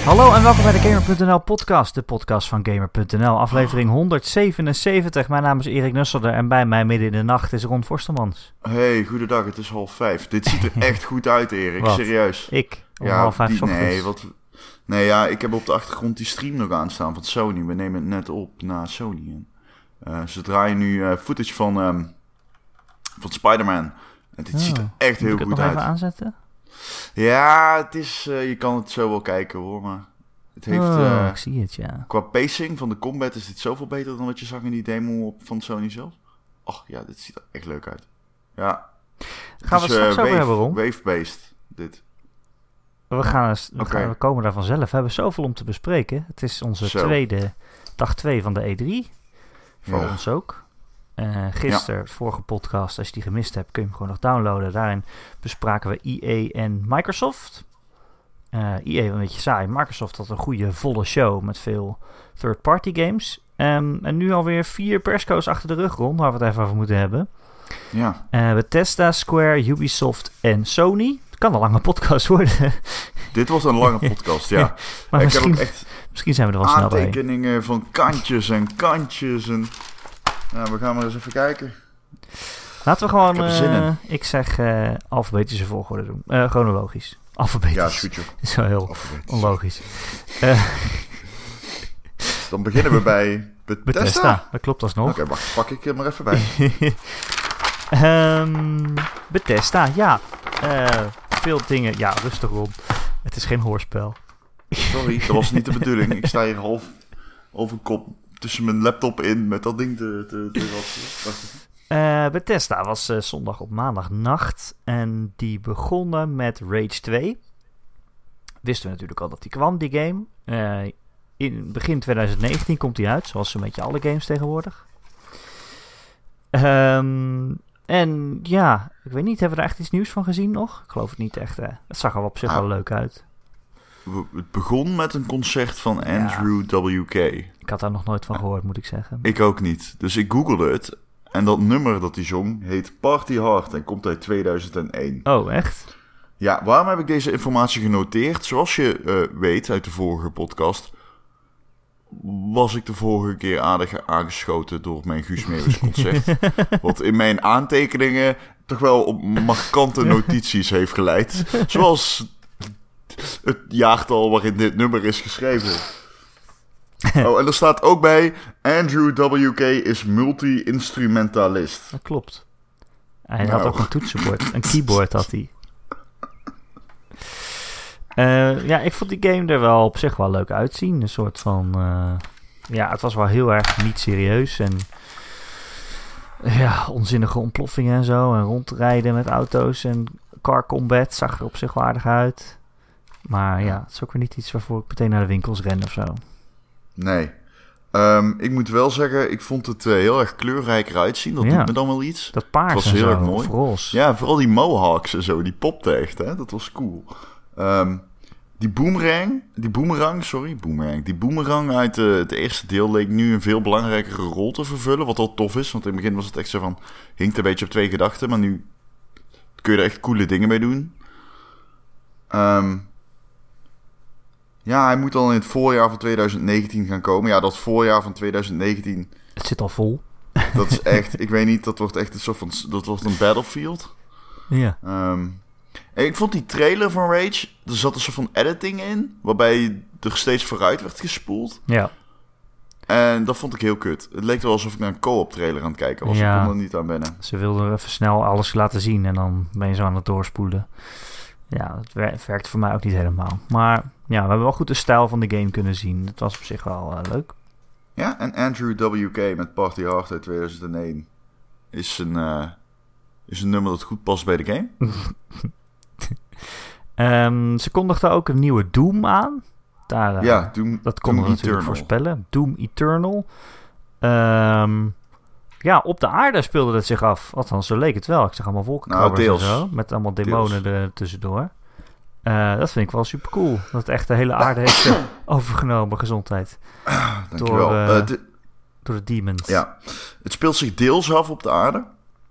Hallo en welkom bij de Gamer.nl podcast, de podcast van Gamer.nl, aflevering 177. Mijn naam is Erik Nusselder en bij mij midden in de nacht is Ron Forstemans. Hey, goedendag, het is 4:30. Dit ziet er echt goed uit, Erik, Wat? Serieus. Ik? Om Ja, 4:30 ochtends? ik heb op de achtergrond die stream nog aanstaan van Sony. We nemen het net op na Sony. Ze draaien nu footage van Spider-Man. En dit ziet er echt heel goed uit. Moet ik het nog even aanzetten? Ja, het is, je kan het zo wel kijken hoor, maar het heeft... ik zie het, ja. Qua pacing van de combat is dit zoveel beter dan wat je zag in die demo van Sony zelf. Ach ja, dit ziet er echt leuk uit. Ja. Gaan we het straks over hebben, Ron? Wave-based, dit. We komen daar vanzelf. We hebben zoveel om te bespreken. Het is onze dag 2 van de E3. Voor ons ook. Gisteren, vorige podcast, als je die gemist hebt, kun je hem gewoon nog downloaden. Daarin bespraken we EA en Microsoft. EA een beetje saai. Microsoft had een goede volle show met veel third-party games. En nu alweer 4 persco's achter de rug, Ron, waar we het even over moeten hebben. Ja. Bethesda, Square, Ubisoft en Sony. Het kan een lange podcast worden. Dit was een lange podcast, ja. Maar ik heb ook echt misschien zijn we er wel snel bij. aantekeningen van kantjes en kantjes. En... Nou, we gaan maar eens even kijken. Laten we gewoon, Ik heb er zin in. ik zeg alfabetische volgorde doen. Chronologisch. Alfabetisch. Ja, shoot joh. Is wel heel onlogisch. Dan beginnen we bij Bethesda. Dat klopt alsnog. Oké, wacht, pak ik er maar even bij. Bethesda, ja. Veel dingen. Ja, rustig rond. Het is geen hoorspel. Sorry, dat was niet de bedoeling. Ik sta hier half over kop tussen mijn laptop in met dat ding te rassen. Bethesda was zondag op maandagnacht. En die begonnen met Rage 2. Wisten we natuurlijk al dat die kwam, die game. In begin 2019 komt die uit, zoals zo'n beetje alle games tegenwoordig. En ja, ik weet niet, hebben we er echt iets nieuws van gezien nog? Ik geloof het niet echt. Het zag er op zich wel leuk uit. Het begon met een concert van Andrew WK. Ik had daar nog nooit van gehoord, moet ik zeggen. Ik ook niet. Dus ik googelde het. En dat nummer dat hij zong heet Party Hard en komt uit 2001. Oh, echt? Ja, waarom heb ik deze informatie genoteerd? Zoals je weet uit de vorige podcast, was ik de vorige keer aardig aangeschoten door mijn Guus Meeuwis concert. Wat in mijn aantekeningen toch wel op markante notities heeft geleid. Zoals het jaartal waarin dit nummer is geschreven. Oh, en er staat ook bij: Andrew WK is multi-instrumentalist. Dat klopt. Hij had ook een toetsenbord, een keyboard had hij. Ja, ik vond die game er wel op zich wel leuk uitzien. Een soort van... ja, het was wel heel erg niet serieus. En ja, onzinnige ontploffingen en zo. En rondrijden met auto's en car combat zag er op zich wel aardig uit. Maar ja, het is ook weer niet iets waarvoor ik meteen naar de winkels ren of zo. Nee. Ik moet wel zeggen, ik vond het heel erg kleurrijker uitzien. Dat doet me dan wel iets. Dat paars was en heel zo, erg mooi. Roze. Ja, vooral die mohawks en zo, die popte echt, hè. Dat was cool. Die boomerang uit het eerste deel leek nu een veel belangrijkere rol te vervullen. Wat wel tof is, want in het begin was het echt zo van, hinkt een beetje op 2 gedachten. Maar nu kun je er echt coole dingen mee doen. Ja, hij moet al in het voorjaar van 2019 gaan komen. Ja, dat voorjaar van 2019... Het zit al vol. Dat is echt... Ik weet niet, dat wordt echt een soort van... Dat wordt een Battlefield. Ja. En ik vond die trailer van Rage... Er zat een soort van editing in... Waarbij er steeds vooruit werd gespoeld. Ja. En dat vond ik heel kut. Het leek wel alsof ik naar een co-op trailer aan het kijken was. Ja. Ik kon er niet aan wennen. Ze wilden even snel alles laten zien. En dan ben je zo aan het doorspoelen. Ja, het werkt voor mij ook niet helemaal. Maar ja, we hebben wel goed de stijl van de game kunnen zien. Het was op zich wel leuk. Ja, en Andrew WK met Party Hard uit 2001 is een nummer dat goed past bij de game. Ze kondigden ook een nieuwe Doom aan. Dat konden we natuurlijk voorspellen. Doom Eternal. Ja, op de aarde speelde het zich af. Althans, zo leek het wel. Ik zag allemaal wolkenkrabbers en zo. Met allemaal demonen er tussendoor. Dat vind ik wel super cool. Dat het echt de hele aarde heeft overgenomen. Gezondheid. Dankjewel. Door de demons. Ja, het speelt zich deels af op de aarde.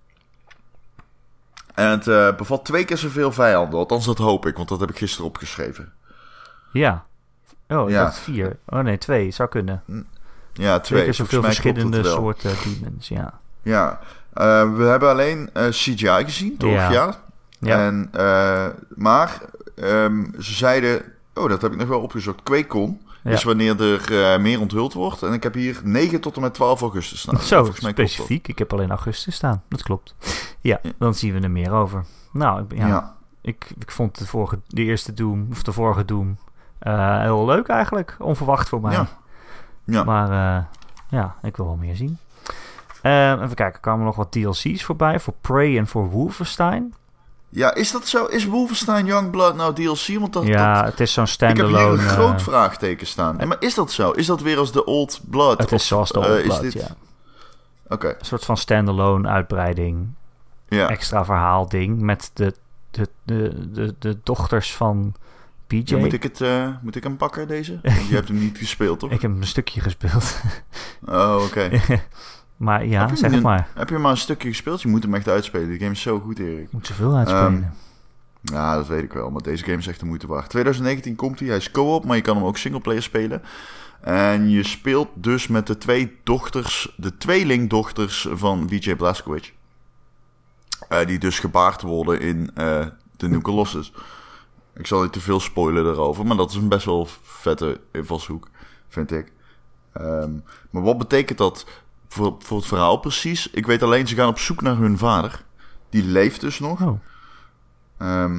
En het bevat 2 keer zoveel vijanden. Althans, dat hoop ik, want dat heb ik gisteren opgeschreven. Ja. Oh, ik dacht 4. Oh nee, 2. Zou kunnen. Ja, 2. Zeker zoveel verschillende soorten demons, ja. Ja, we hebben alleen CGI gezien, toch? Ja. En, maar ze zeiden... Oh, dat heb ik nog wel opgezocht. QuakeCon is wanneer er meer onthuld wordt. En ik heb hier 9 tot en met 12 augustus staan. Zo, specifiek. Ik heb alleen augustus staan. Dat klopt. Ja, dan zien we er meer over. Nou, ik vond de eerste Doom, of de vorige Doom, heel leuk eigenlijk. Onverwacht voor mij. Ja. Maar ik wil wel meer zien. Even kijken, er kwamen nog wat DLC's voorbij voor Prey en voor Wolfenstein. Ja, is dat zo? Is Wolfenstein Youngblood nou DLC? Want het is zo'n standalone... Ik heb hier een groot vraagteken staan. Maar is dat zo? Is dat weer als de Old Blood? Het is zoals de Old Blood, ja. Oké. Een soort van standalone uitbreiding. Ja. Extra verhaal ding met de dochters van PJ. Ja, moet ik hem pakken, deze? Want je hebt hem niet gespeeld, toch? Ik heb hem een stukje gespeeld. Oh, oké. Maar ja, zeg maar. Heb je maar een stukje gespeeld? Je moet hem echt uitspelen. Die game is zo goed, Erik. Moet zoveel uitspelen. Ja, dat weet ik wel. Maar deze game is echt de moeite waard. 2019 komt hij. Hij is co-op, maar je kan hem ook singleplayer spelen. En je speelt dus met de tweelingdochters van BJ Blazkowicz. Die dus gebaard worden in de New Colossus. Ik zal niet te veel spoilen daarover, maar dat is een best wel vette invalshoek, vind ik. Maar wat betekent dat voor het verhaal precies? Ik weet alleen, ze gaan op zoek naar hun vader. Die leeft dus nog. Oh.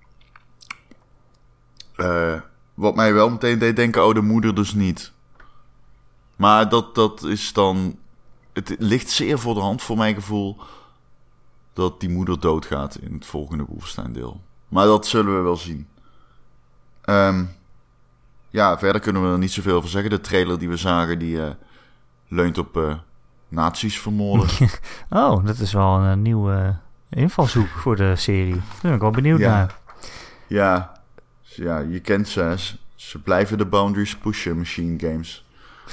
Wat mij wel meteen deed denken, de moeder dus niet. Maar dat is dan... Het ligt zeer voor de hand voor mijn gevoel dat die moeder doodgaat in het volgende Wolfenstein deel. Maar dat zullen we wel zien. Verder kunnen we er niet zoveel over zeggen. De trailer die we zagen, die leunt op nazi's vermoorden. Oh, dat is wel een nieuwe invalshoek voor de serie. Daar ben ik wel benieuwd naar. Ja, je kent ze. Ze blijven de boundaries pushen, machine games.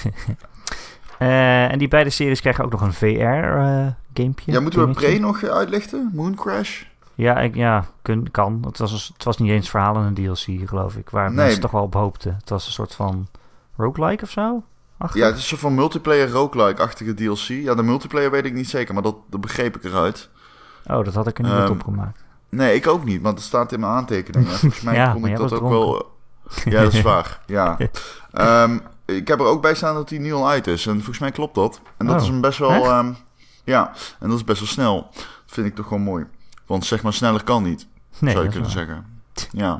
En die beide series krijgen ook nog een VR-gamepje. Ja, moeten we Prey nog uitlichten? Moon Crash? Kan. Het was niet eens verhaal in een DLC, geloof ik. Waar mensen toch wel op hoopten. Het was een soort van roguelike of zo? Ja, het is een soort van multiplayer roguelike-achtige DLC. Ja, de multiplayer weet ik niet zeker, maar dat begreep ik eruit. Oh, dat had ik er niet opgemaakt. Nee, ik ook niet, want het staat in mijn aantekeningen. Volgens mij kon ik dat ook wel... Ja, dat is waar. Ja. Ik heb er ook bij staan dat hij nu al uit is. En volgens mij klopt dat. En dat is een best wel... en dat is best wel snel. Dat vind ik toch gewoon mooi. Want zeg maar, sneller kan niet. Zou je kunnen zeggen. Ja.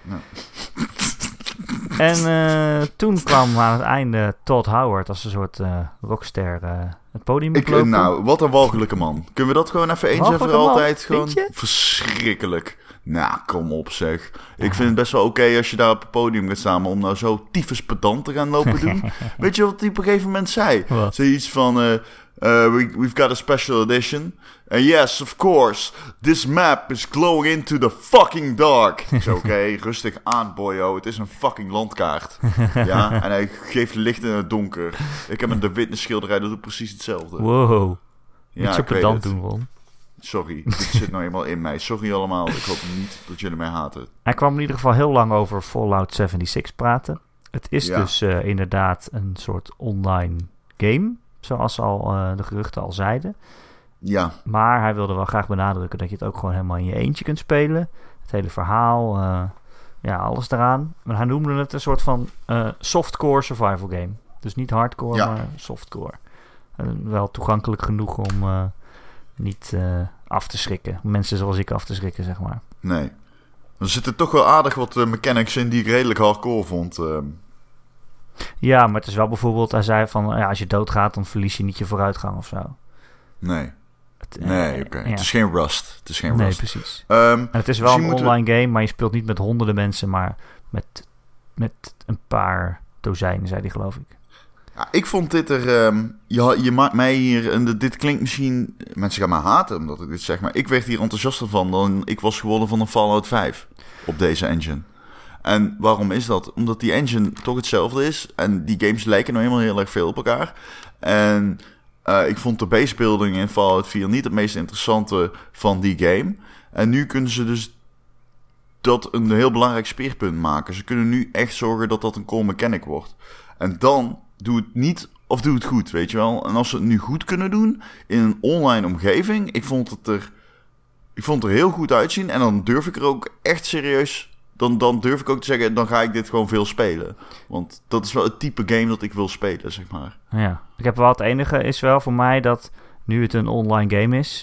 En toen kwam aan het einde Todd Howard als een soort rockster het podium oplopen. Nou, wat een walgelijke man. Kunnen we dat gewoon even eens en voor altijd gewoon... Verschrikkelijk. Nou, kom op zeg. Ik vind het best wel oké als je daar op het podium gaat staan, maar om nou zo tyfus pedant te gaan lopen doen. Weet je wat hij op een gegeven moment zei? Zoiets van, we've got a special edition. And yes, of course, this map is glowing into the fucking dark. Oké, rustig aan, boyo. Het is een fucking landkaart. Ja, en hij geeft licht in het donker. Ik heb met de Witness schilderij, dat doet precies hetzelfde. Wow. Niet zo pedant doen, Ron. Sorry, dit zit nou eenmaal in mij. Sorry allemaal, ik hoop niet dat jullie mij haten. Hij kwam in ieder geval heel lang over Fallout 76 praten. Het is dus inderdaad een soort online game, zoals al de geruchten al zeiden. Ja. Maar hij wilde wel graag benadrukken dat je het ook gewoon helemaal in je eentje kunt spelen. Het hele verhaal, alles eraan. Maar hij noemde het een soort van softcore survival game. Dus niet hardcore, maar softcore. Wel toegankelijk genoeg om... niet af te schrikken. Mensen zoals ik af te schrikken, zeg maar. Nee. Er zitten toch wel aardig wat mechanics in die ik redelijk hardcore vond. Ja, maar het is wel bijvoorbeeld... Hij zei van... als je doodgaat, dan verlies je niet je vooruitgang of zo. Nee. Oké. Het is geen Rust. Nee, precies. En het is wel een online game, maar je speelt niet met honderden mensen, maar met een paar dozijnen, zei hij, geloof ik. Ja, ik vond dit er... je maakt mij hier... En dit klinkt misschien... Mensen gaan me haten omdat ik dit zeg, maar ik werd hier enthousiaster van dan ik was geworden van een Fallout 5 op deze engine. En waarom is dat? Omdat die engine toch hetzelfde is. En die games lijken nou helemaal heel erg veel op elkaar. En ik vond de basebuilding in Fallout 4 niet het meest interessante van die game. En nu kunnen ze dus dat een heel belangrijk speerpunt maken. Ze kunnen nu echt zorgen dat dat een core mechanic wordt. En dan doe het niet of doe het goed, weet je wel. En als ze het nu goed kunnen doen in een online omgeving... Ik vond het er heel goed uitzien. En dan durf ik er ook echt serieus... Dan durf ik ook te zeggen, dan ga ik dit gewoon veel spelen. Want dat is wel het type game dat ik wil spelen, zeg maar. Ja, ik heb wel het enige is wel voor mij dat nu het een online game is...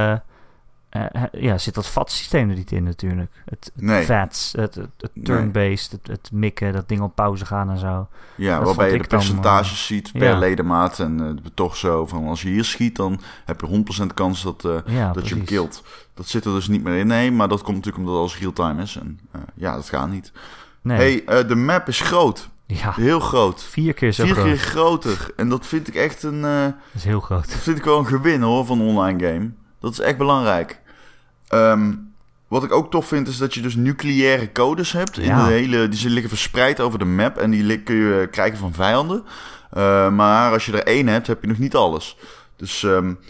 zit dat VAT-systeem er niet in natuurlijk. Het VATS, het turn-based, het mikken, dat ding op pauze gaan en zo. Ja, dat waarbij je de percentages ziet per ledemaat en het betoog zo van als je hier schiet, dan heb je 100% kans dat je hem killt. Dat zit er dus niet meer in, nee, maar dat komt natuurlijk omdat alles real-time is. En dat gaat niet. Nee. Hey, de map is groot. Ja. Heel groot. 4 keer zo 4 groot. 4 keer groter. En dat vind ik echt een... dat is heel groot. Dat vind ik wel een gewin hoor, van een online game. Dat is echt belangrijk. Wat ik ook tof vind, is dat je dus nucleaire codes hebt. Die liggen verspreid over de map en die kun je krijgen van vijanden. Maar als je er 1 hebt, heb je nog niet alles. Dus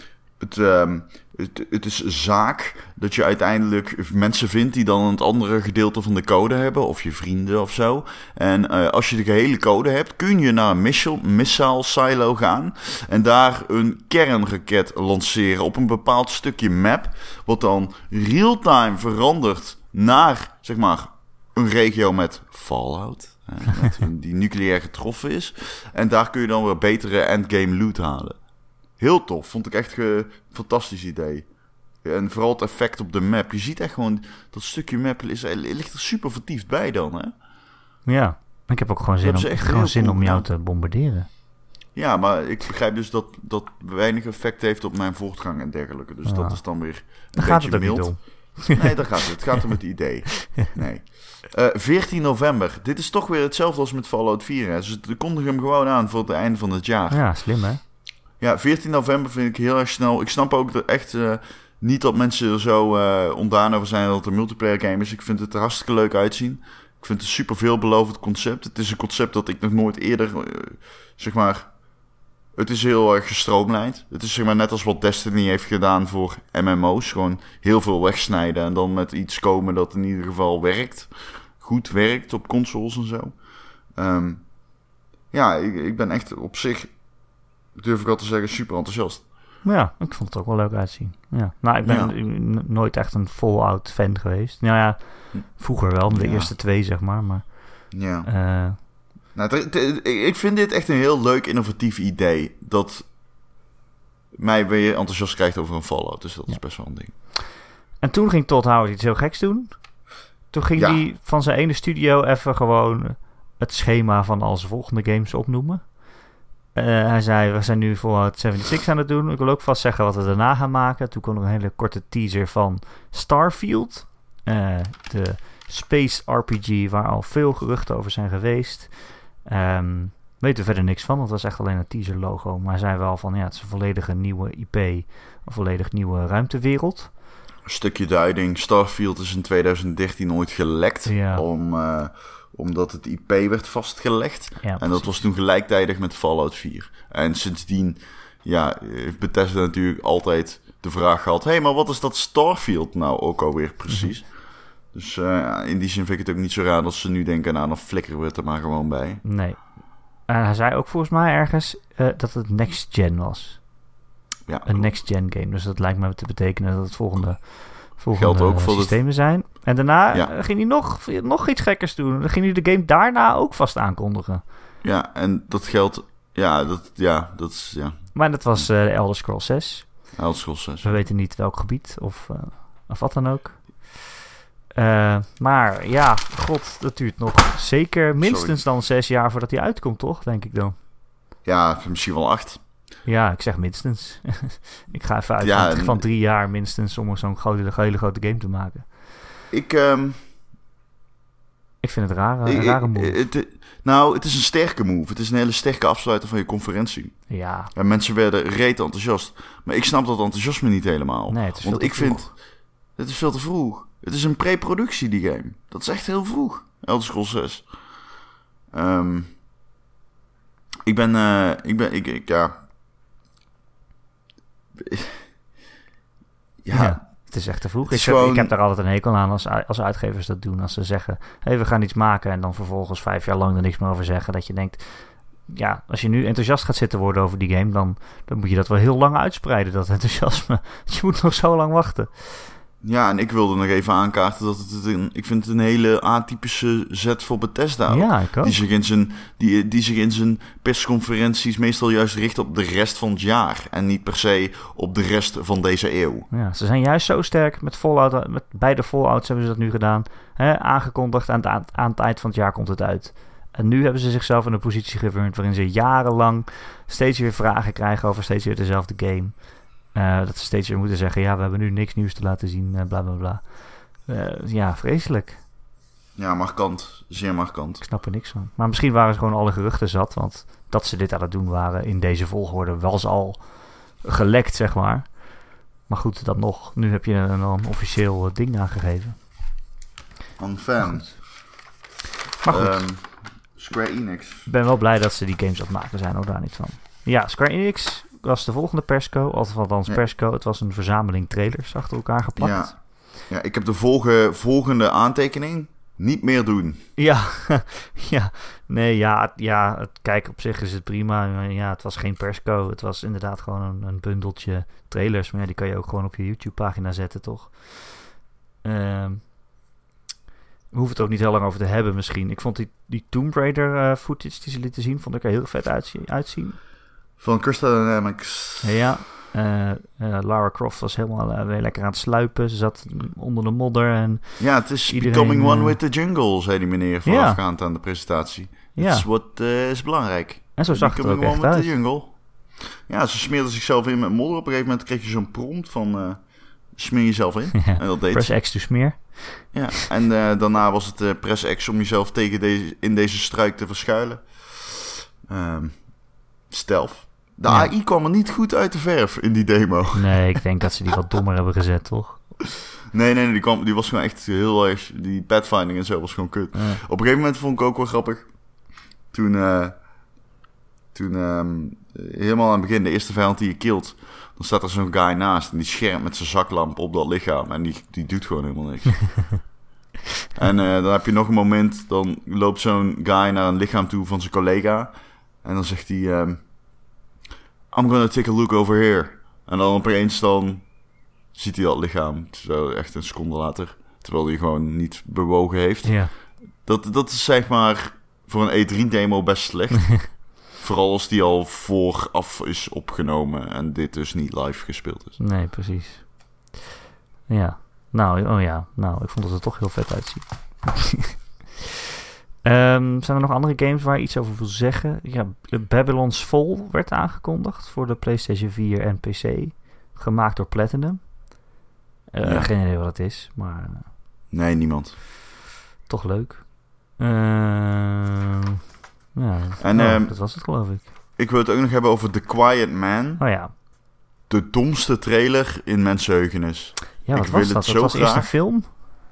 het is zaak dat je uiteindelijk mensen vindt die dan het andere gedeelte van de code hebben. Of je vrienden of zo. En als je de gehele code hebt, kun je naar een missile silo gaan. En daar een kernraket lanceren op een bepaald stukje map. Wat dan real-time verandert naar, zeg maar, een regio met Fallout. Die nucleair getroffen is. En daar kun je dan weer betere endgame loot halen. Heel tof. Vond ik echt een fantastisch idee. En vooral het effect op de map. Je ziet echt gewoon... Dat stukje map ligt er super vertiefd bij dan, hè? Ja. Ik heb ook gewoon zin om jou te bombarderen. Ja, maar ik begrijp dus dat weinig effect heeft op mijn voortgang en dergelijke. Dus dat is dan weer een beetje mild. Nee, dat gaat het. Het gaat om het idee. Nee. 14 november. Dit is toch weer hetzelfde als met Fallout 4. Hè? Dus we kondigen hem gewoon aan voor het einde van het jaar. Ja, slim hè? Ja, 14 november vind ik heel erg snel. Ik snap ook echt niet dat mensen er zo ontdaan over zijn dat het een multiplayer game is. Ik vind het er hartstikke leuk uitzien. Ik vind het een super veelbelovend concept. Het is een concept dat ik nog nooit eerder, zeg maar... Het is heel erg gestroomlijnd. Het is zeg maar net als wat Destiny heeft gedaan voor MMO's. Gewoon heel veel wegsnijden en dan met iets komen dat in ieder geval werkt. Goed werkt op consoles en zo. Ik ben echt op zich... durf ik al te zeggen, super enthousiast. Ja, ik vond het ook wel leuk uitzien. Ja. Nou, ik ben nooit echt een Fallout fan geweest. Nou ja, vroeger wel, de eerste 2 zeg maar. Ja. Ik vind dit echt een heel leuk, innovatief idee. Dat mij weer enthousiast krijgt over een Fallout. Dus dat is best wel een ding. En toen ging Todd Howard iets heel geks doen. Toen ging hij van zijn ene studio even gewoon het schema van al zijn volgende games opnoemen. Hij zei, we zijn nu Fallout 76 aan het doen. Ik wil ook vast zeggen wat we daarna gaan maken. Toen kwam er een hele korte teaser van Starfield. De space RPG waar al veel geruchten over zijn geweest. Weten we verder niks van. Dat was echt alleen een teaser logo. Maar hij zei wel van, het is een volledige nieuwe IP. Een volledig nieuwe ruimtewereld. Een stukje duiding. Starfield is in 2013 ooit gelekt. Ja. Omdat het IP werd vastgelegd. Ja, en dat was toen gelijktijdig met Fallout 4. En sindsdien heeft Bethesda natuurlijk altijd de vraag gehad... maar wat is dat Starfield nou ook alweer precies? Dus in die zin vind ik het ook niet zo raar dat ze nu denken... dan flikkeren we het er maar gewoon bij. Nee. Hij zei ook volgens mij ergens dat het next gen was. Ja, een next gen game. Dus dat lijkt me te betekenen dat het volgende geldt ook voor systemen zijn. En daarna ging hij nog iets gekkers doen. Dan ging hij de game daarna ook vast aankondigen. Ja, en dat geldt... dat is... Maar dat was Elder Scrolls 6. Elder Scrolls 6. We weten niet welk gebied of wat dan ook. Maar ja, god, dat duurt nog zeker minstens dan 6 jaar voordat hij uitkomt, toch? Denk ik dan. Ja, misschien wel 8. Ja, ik zeg minstens. Ik ga even uit van 3 jaar minstens om zo'n hele grote game te maken. Ik vind het een rare move. Het is een sterke move. Het is een hele sterke afsluiter van je conferentie. Ja. En mensen werden reet enthousiast. Maar ik snap dat enthousiasme niet helemaal. Nee, het is veel te vroeg. Vind, het is veel te vroeg. Het is een pre-productie, die game. Dat is echt heel vroeg. Elder Scrolls 6. Het is echt te vroeg. Ik heb daar altijd een hekel aan als uitgevers dat doen. Als ze zeggen, we gaan iets maken en dan vervolgens 5 jaar lang er niks meer over zeggen. Dat je denkt, ja, als je nu enthousiast gaat zitten worden over die game, dan moet je dat wel heel lang uitspreiden, dat enthousiasme. Je moet nog zo lang wachten. Ja, en ik wilde nog even aankaarten dat ik vind het een hele atypische zet voor Bethesda. Ja, ik ook. Die zich in zijn persconferenties meestal juist richt op de rest van het jaar. En niet per se op de rest van deze eeuw. Ja, ze zijn juist zo sterk met Fallout. Met beide Fallouts hebben ze dat nu gedaan. Aangekondigd, aan het eind van het jaar komt het uit. En nu hebben ze zichzelf in een positie gewurmd waarin ze jarenlang steeds weer vragen krijgen over steeds weer dezelfde game. Dat ze steeds weer moeten zeggen, ja, we hebben nu niks nieuws te laten zien, bla bla bla. Ja, vreselijk. Ja, markant. Zeer markant. Ik snap er niks van. Maar misschien waren ze gewoon alle geruchten zat, want dat ze dit aan het doen waren in deze volgorde was al gelekt, zeg maar. Maar goed, dat nog. Nu heb je een officieel ding aangegeven. Een fan. Maar goed. Square Enix. Ik ben wel blij dat ze die games aan het maken zijn, ook daar niet van. Ja, Square Enix was de volgende persco, althans persco. Het was een verzameling trailers achter elkaar geplakt. Ja, ik heb de volgende aantekening. Niet meer doen. Ja, kijk, op zich is het prima. Ja, het was geen persco. Het was inderdaad gewoon een bundeltje trailers. Maar ja, die kan je ook gewoon op je YouTube-pagina zetten, toch? We hoeven het ook niet heel lang over te hebben misschien. Ik vond die Tomb Raider footage die ze lieten zien, vond ik er heel vet uitzien. Van Crystal Dynamics. Ja, Lara Croft was helemaal weer lekker aan het sluipen. Ze zat onder de modder. En ja, het is becoming one with the jungle, zei die meneer voorafgaand aan de presentatie. Dat is wat is belangrijk. En zo zag het er ook echt uit. The jungle. Ja, ze smeerde zichzelf in met modder. Op een gegeven moment kreeg je zo'n prompt van smeer jezelf in. Ja, en dat deed press X to smeer. Ja, en daarna was het press X om jezelf in deze struik te verschuilen. Stealth. De AI kwam er niet goed uit de verf in die demo. Nee, ik denk dat ze die wat dommer hebben gezet, toch? Nee, die was gewoon echt heel erg... Die pathfinding en zo was gewoon kut. Ja. Op een gegeven moment vond ik ook wel grappig. Toen helemaal aan het begin, de eerste vijand die je killt... Dan staat er zo'n guy naast en die schermt met zijn zaklamp op dat lichaam. En die doet gewoon helemaal niks. En dan heb je nog een moment, dan loopt zo'n guy naar een lichaam toe van zijn collega. En dan zegt hij... I'm gonna take a look over here. En dan opeens dan ziet hij dat lichaam. Terwijl echt een seconde later. Terwijl hij gewoon niet bewogen heeft. Ja. Dat is zeg maar voor een E3-demo best slecht. Vooral als die al vooraf is opgenomen. En dit dus niet live gespeeld is. Nee, precies. Ja. Nou, ik vond dat er toch heel vet uitziet. Zijn er nog andere games waar je iets over wil zeggen? Ja, Babylon's Fall werd aangekondigd voor de PlayStation 4 en PC. Gemaakt door Platinum. Geen idee wat het is, maar... nee, niemand. Toch leuk. Dat was het, geloof ik. Ik wil het ook nog hebben over The Quiet Man. Oh ja. De domste trailer in mensenheugenis. Ja, wat was dat? Het was eerst een film...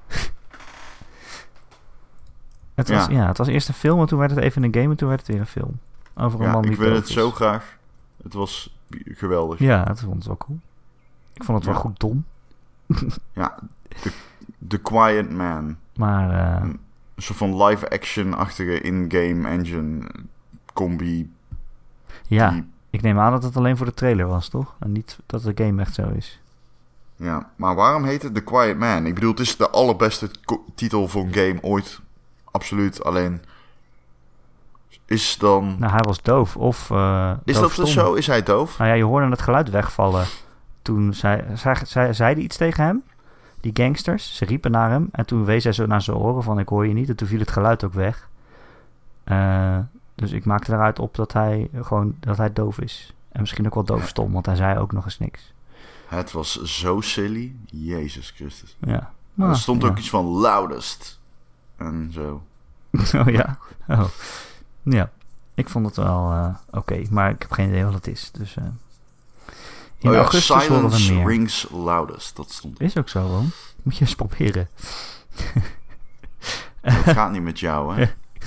Het was eerst een film en toen werd het even een game en toen werd het weer een film. Over een man die ik wil het zo graag. Het was geweldig. Ja, het vond het wel cool. Ik vond het wel goed dom. Ja, The Quiet Man. Maar... een soort van live-action-achtige in-game engine combi. Ja, ik neem aan dat het alleen voor de trailer was, toch? En niet dat de game echt zo is. Ja, maar waarom heet het The Quiet Man? Ik bedoel, het is de allerbeste titel voor een game ooit... Absoluut, alleen is dan... Nou, hij was doof of is dat dus zo? Is hij doof? Nou ja, je hoorde het geluid wegvallen. Toen zeiden iets tegen hem, die gangsters. Ze riepen naar hem en toen wees hij zo naar zijn oren van ik hoor je niet. En toen viel het geluid ook weg. Dus ik maakte eruit op dat hij doof is. En misschien ook wel doofstom, want hij zei ook nog eens niks. Het was zo silly. Jezus Christus. Ja. Er stond ook iets van loudest. En zo. Oh ja. Oh. Ja. Ik vond het wel oké. Maar ik heb geen idee wat het is. Dus in augustus horen we meer. Silence rings loudest. Dat stond. Is ook zo, hoor. Moet je eens proberen. Dat gaat niet met jou,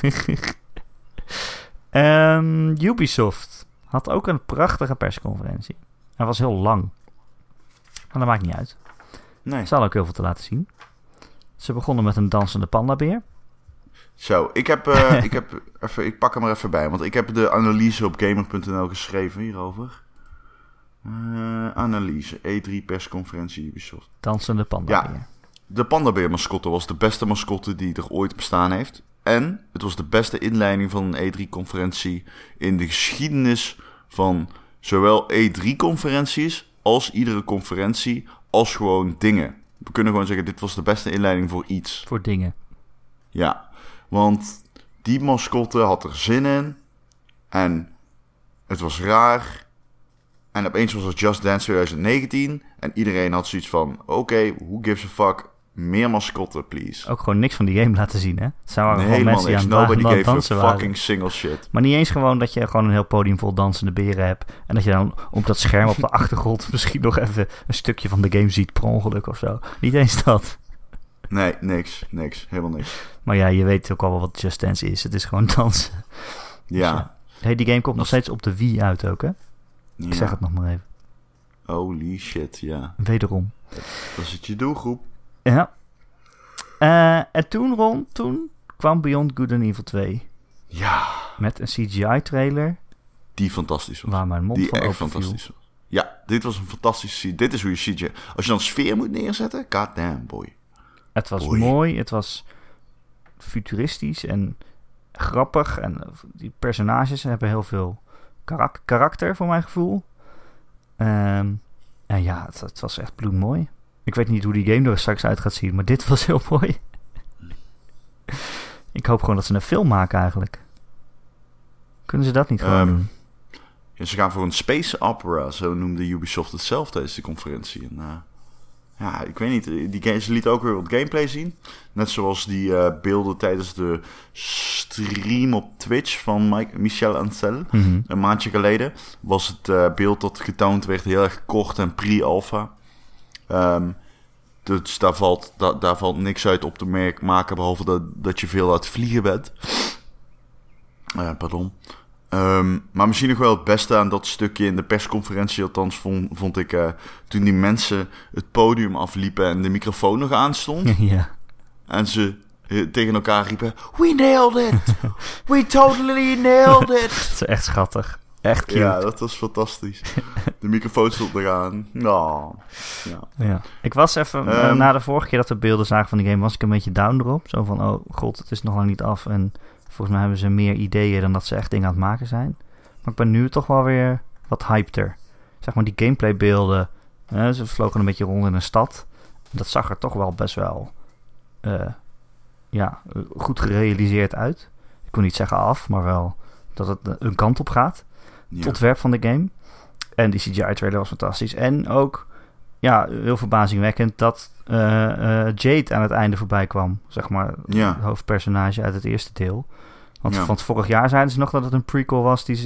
hè? Ubisoft had ook een prachtige persconferentie. Hij was heel lang. Maar dat maakt niet uit. Nee. Ze hadden ook heel veel te laten zien. Ze begonnen met een dansende pandabeer. Zo, ik pak hem er even bij, want ik heb de analyse op gamer.nl geschreven hierover. Analyse, E3 persconferentie Ubisoft. Dansende pandabeer. Ja, de pandabeer mascotte was de beste mascotte die er ooit bestaan heeft. En het was de beste inleiding van een E3-conferentie in de geschiedenis van zowel E3-conferenties als iedere conferentie, als gewoon dingen. We kunnen gewoon zeggen, dit was de beste inleiding voor iets. Voor dingen. Ja, want die mascotte had er zin in. En het was raar. En opeens was het Just Dance 2019. En iedereen had zoiets van, oké, who gives a fuck? Meer mascotten, please. Ook gewoon niks van die game laten zien, hè? Het zou gewoon helemaal mensen niks. die aan Nobody het gave dansen a waren. fucking single shit. Maar niet eens gewoon dat je gewoon een heel podium vol dansende beren hebt. En dat je dan op dat scherm op de achtergrond misschien nog even een stukje van de game ziet per ongeluk of zo. Niet eens dat. Nee, niks. Helemaal niks. Maar ja, je weet ook al wel wat Just Dance is. Het is gewoon dansen. Ja. Dus, hey, die game komt nog steeds op de Wii uit ook, hè? Ja. Ik zeg het nog maar even. Holy shit, ja. Wederom. Dat is het je doelgroep. Ja. En toen kwam Beyond Good and Evil 2. Ja. Met een CGI-trailer. Die fantastisch was. Waar mijn mond die van echt openviel. fantastisch was. Ja, dit was een fantastische. Dit is hoe je CGI... Als je dan sfeer moet neerzetten, goddamn boy. Het was mooi, het was futuristisch en grappig. En die personages hebben heel veel karakter, voor mijn gevoel. En ja, het was echt bloedmooi. Ik weet niet hoe die game er straks uit gaat zien, maar dit was heel mooi. Ik hoop gewoon dat ze een film maken eigenlijk. Kunnen ze dat niet gewoon doen? Ja, ze gaan voor een space opera, zo noemde Ubisoft het zelf tijdens de conferentie. En, ja, ik weet niet, ze lieten ook weer wat gameplay zien. Net zoals die beelden tijdens de stream op Twitch van Michel Ancel. Mm-hmm. Een maandje geleden was het beeld dat getoond werd heel erg kort en pre-alpha. Dus daar valt niks uit op te maken, behalve dat je veel aan het vliegen bent. Pardon. Maar misschien nog wel het beste aan dat stukje in de persconferentie, althans vond ik toen die mensen het podium afliepen en de microfoon nog aanstond. Ja. En ze tegen elkaar riepen, we nailed it! We totally nailed it! Dat is echt schattig. Echt cute. Ja, dat was fantastisch. De microfoon stond eraan. Nou, ja. Ik was even, na de vorige keer dat we beelden zagen van die game, was ik een beetje down erop. Zo van, oh god, het is nog lang niet af. En volgens mij hebben ze meer ideeën dan dat ze echt dingen aan het maken zijn. Maar ik ben nu toch wel weer wat hypeder. Zeg maar die gameplay beelden. Ze vlogen een beetje rond in een stad. Dat zag er toch wel best wel goed gerealiseerd uit. Ik kon niet zeggen af, maar wel dat het een kant op gaat. Ja. Het ontwerp van de game. En die CGI-trailer was fantastisch. En ook, ja, heel verbazingwekkend dat Jade aan het einde voorbij kwam. Zeg maar, het hoofdpersonage uit het eerste deel. Want van het vorig jaar zeiden ze nog dat het een prequel was die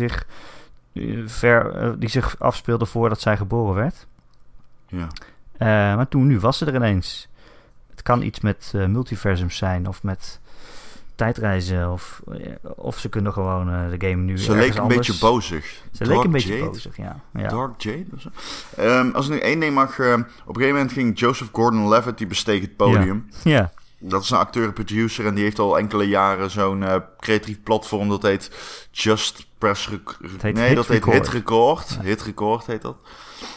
zich afspeelde voordat zij geboren werd. Ja. Maar nu was ze er ineens. Het kan iets met multiversums zijn of met tijdreizen of ze kunnen gewoon de game nu ze leek een beetje bozig. Ze leek een beetje bozig, ja. Dark Jade of zo. Als ik nu één ding mag, op een gegeven moment ging Joseph Gordon-Levitt, die besteeg het podium. Ja. Dat is een acteur en producer en die heeft al enkele jaren zo'n creatief platform dat heet Just Press Record. Nee, dat heet Hit Record. Hit Record heet dat.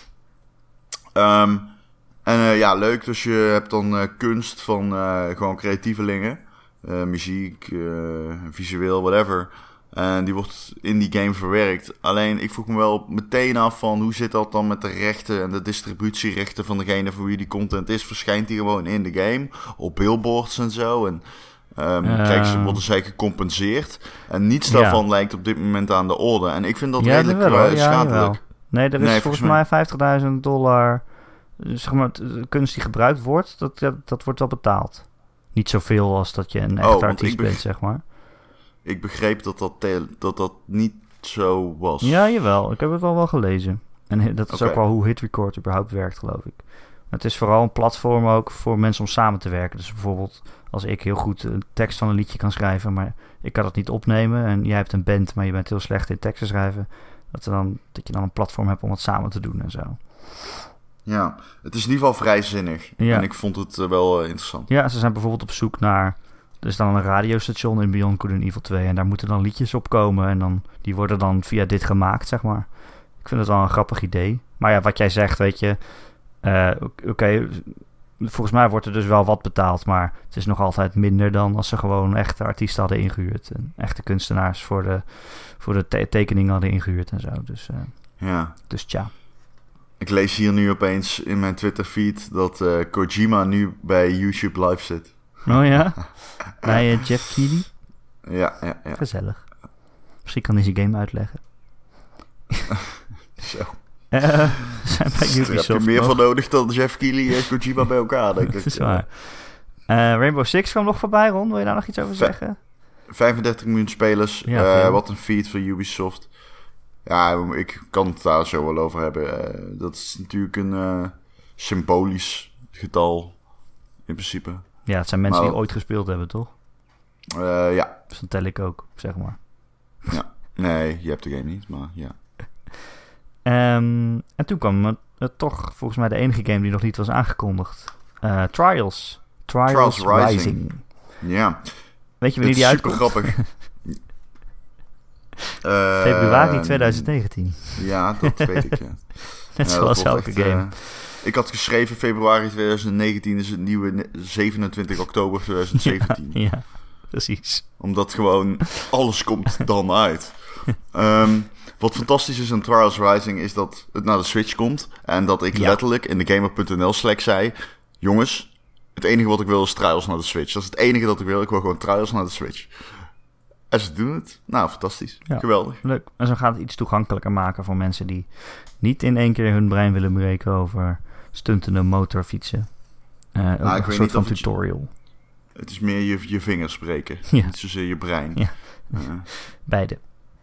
Leuk. Dus je hebt dan kunst van gewoon creatievelingen. Muziek, visueel, whatever. En die wordt in die game verwerkt. Alleen, ik vroeg me wel meteen af van hoe zit dat dan met de rechten en de distributierechten van degene voor wie die content is. Verschijnt die gewoon in de game, op billboards en zo. En worden zij gecompenseerd. En niets daarvan lijkt op dit moment aan de orde. En ik vind dat redelijk schadelijk. Nee, er is volgens mij $50.000... zeg maar, de kunst die gebruikt wordt, dat wordt wel betaald. Niet zoveel als dat je een echte artiest bent, zeg maar. Ik begreep dat niet zo was. Ja, jawel. Ik heb het wel gelezen. En dat is ook wel hoe Hit Record überhaupt werkt, geloof ik. Het is vooral een platform ook voor mensen om samen te werken. Dus bijvoorbeeld als ik heel goed een tekst van een liedje kan schrijven, maar ik kan het niet opnemen. En jij hebt een band, maar je bent heel slecht in teksten schrijven. Dat je dan een platform hebt om het samen te doen en zo. Ja, het is in ieder geval vrijzinnig. Ja. En ik vond het wel interessant. Ja, ze zijn bijvoorbeeld op zoek naar... Er is dan een radiostation in Beyond Good and Evil 2... en daar moeten dan liedjes op komen... en dan, die worden dan via dit gemaakt, zeg maar. Ik vind het wel een grappig idee. Maar ja, wat jij zegt, weet je... Oké, volgens mij wordt er dus wel wat betaald... maar het is nog altijd minder dan als ze gewoon echte artiesten hadden ingehuurd... en echte kunstenaars voor de tekeningen hadden ingehuurd en zo. Dus, dus tja. Ik lees hier nu opeens in mijn Twitter-feed... dat Kojima nu bij YouTube Live zit. Oh ja? Bij Jeff Keighley? Ja. Gezellig. Misschien kan hij zijn game uitleggen. Zo. Zijn bij Ubisoft daar heb je meer van nodig dan Jeff Keighley en Kojima bij elkaar, denk ik. Dat is waar. Rainbow Six kwam nog voorbij, Ron. Wil je daar nog iets over zeggen? 35 miljoen spelers. Ja, wat een feat voor Ubisoft. Ja, ik kan het daar zo wel over hebben. Dat is natuurlijk een symbolisch getal, in principe. Ja, het zijn mensen die ooit gespeeld hebben, toch? Ja. Dus dat tel ik ook, zeg maar. Ja. Nee, je hebt de game niet, maar ja. En toen kwam toch volgens mij de enige game die nog niet was aangekondigd. Trials Rising. Ja. Weet je wanneer die uitkomt? Super grappig. Februari 2019. Ja, dat weet ik, ja. Net zoals elke game. Ik had geschreven februari 2019 is het nieuwe 27 oktober 2017. Ja, precies. Omdat gewoon alles komt dan uit. Wat fantastisch is aan Trials Rising is dat het naar de Switch komt. En dat ik letterlijk in de Gamer.nl Slack zei... Jongens, het enige wat ik wil is Trials naar de Switch. Dat is het enige dat ik wil. Ik wil gewoon Trials naar de Switch. En ze doen het. Nou, fantastisch. Ja, geweldig. Leuk. En zo gaat het iets toegankelijker maken voor mensen die niet in één keer hun brein willen breken over stuntende motorfietsen. Een soort van tutorial. Het is meer je vingers breken. Ja. Niet zozeer je brein. Ja. Beide.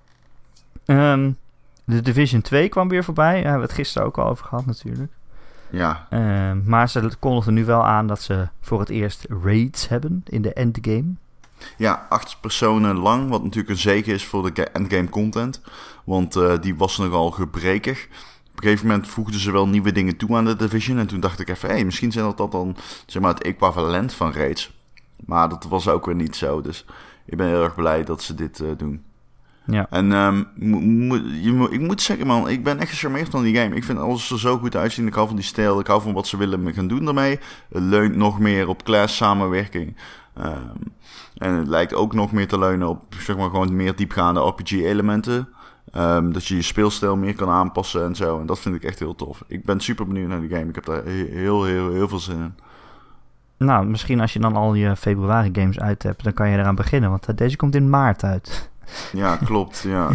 De Division 2 kwam weer voorbij. Daar hebben we het gisteren ook al over gehad natuurlijk. Ja. Maar ze kondigden nu wel aan dat ze voor het eerst raids hebben in de endgame. Ja, 8 personen lang, wat natuurlijk een zegen is voor de endgame content. Want die was nogal gebrekig. Op een gegeven moment voegden ze wel nieuwe dingen toe aan de Division. En toen dacht ik even, misschien zijn dat dan zeg maar het equivalent van raids. Maar dat was ook weer niet zo. Dus ik ben heel erg blij dat ze dit doen. Ja. En ik moet zeggen, man, ik ben echt gecharmeerd van die game. Ik vind alles er zo goed uitzien. Ik hou van die stijl. Ik hou van wat ze willen gaan doen daarmee. Het leunt nog meer op class samenwerking. En het lijkt ook nog meer te leunen op, zeg maar, gewoon meer diepgaande RPG-elementen. Dat je je speelstijl meer kan aanpassen en zo. En dat vind ik echt heel tof. Ik ben super benieuwd naar die game. Ik heb daar heel veel zin in. Nou, misschien als je dan al je februari games uit hebt, dan kan je eraan beginnen. Want deze komt in maart uit. Ja, klopt. Ja.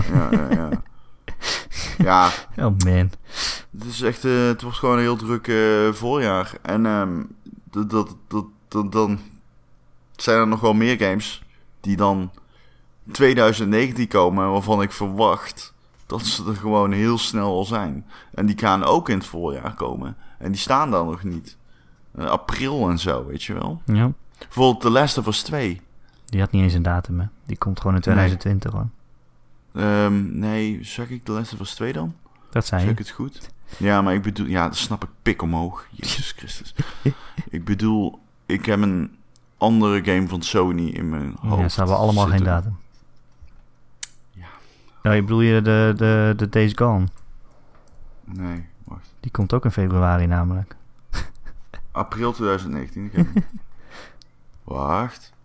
Ja. Oh man. Het is echt, het wordt gewoon een heel druk voorjaar. En dan zijn er nog wel meer games die dan 2019 komen, waarvan ik verwacht dat ze er gewoon heel snel al zijn. En die gaan ook in het voorjaar komen. En die staan daar nog niet. April en zo, weet je wel. Ja. Bijvoorbeeld The Last of Us 2. Die had niet eens een datum, hè? Die komt gewoon in 2020, hoor. Nee, zeg ik The Last of Us 2 dan? Dat zei je. Zeg ik het goed? Ja, maar ik bedoel... Ja, dat snap ik pik omhoog. Jezus Christus. Ik bedoel, ik heb een andere game van Sony in mijn hoofd. Ja, ze hebben allemaal geen datum. Ja. Nou, je bedoel je de Days Gone? Nee, wacht. Die komt ook in februari namelijk. April 2019. Wacht.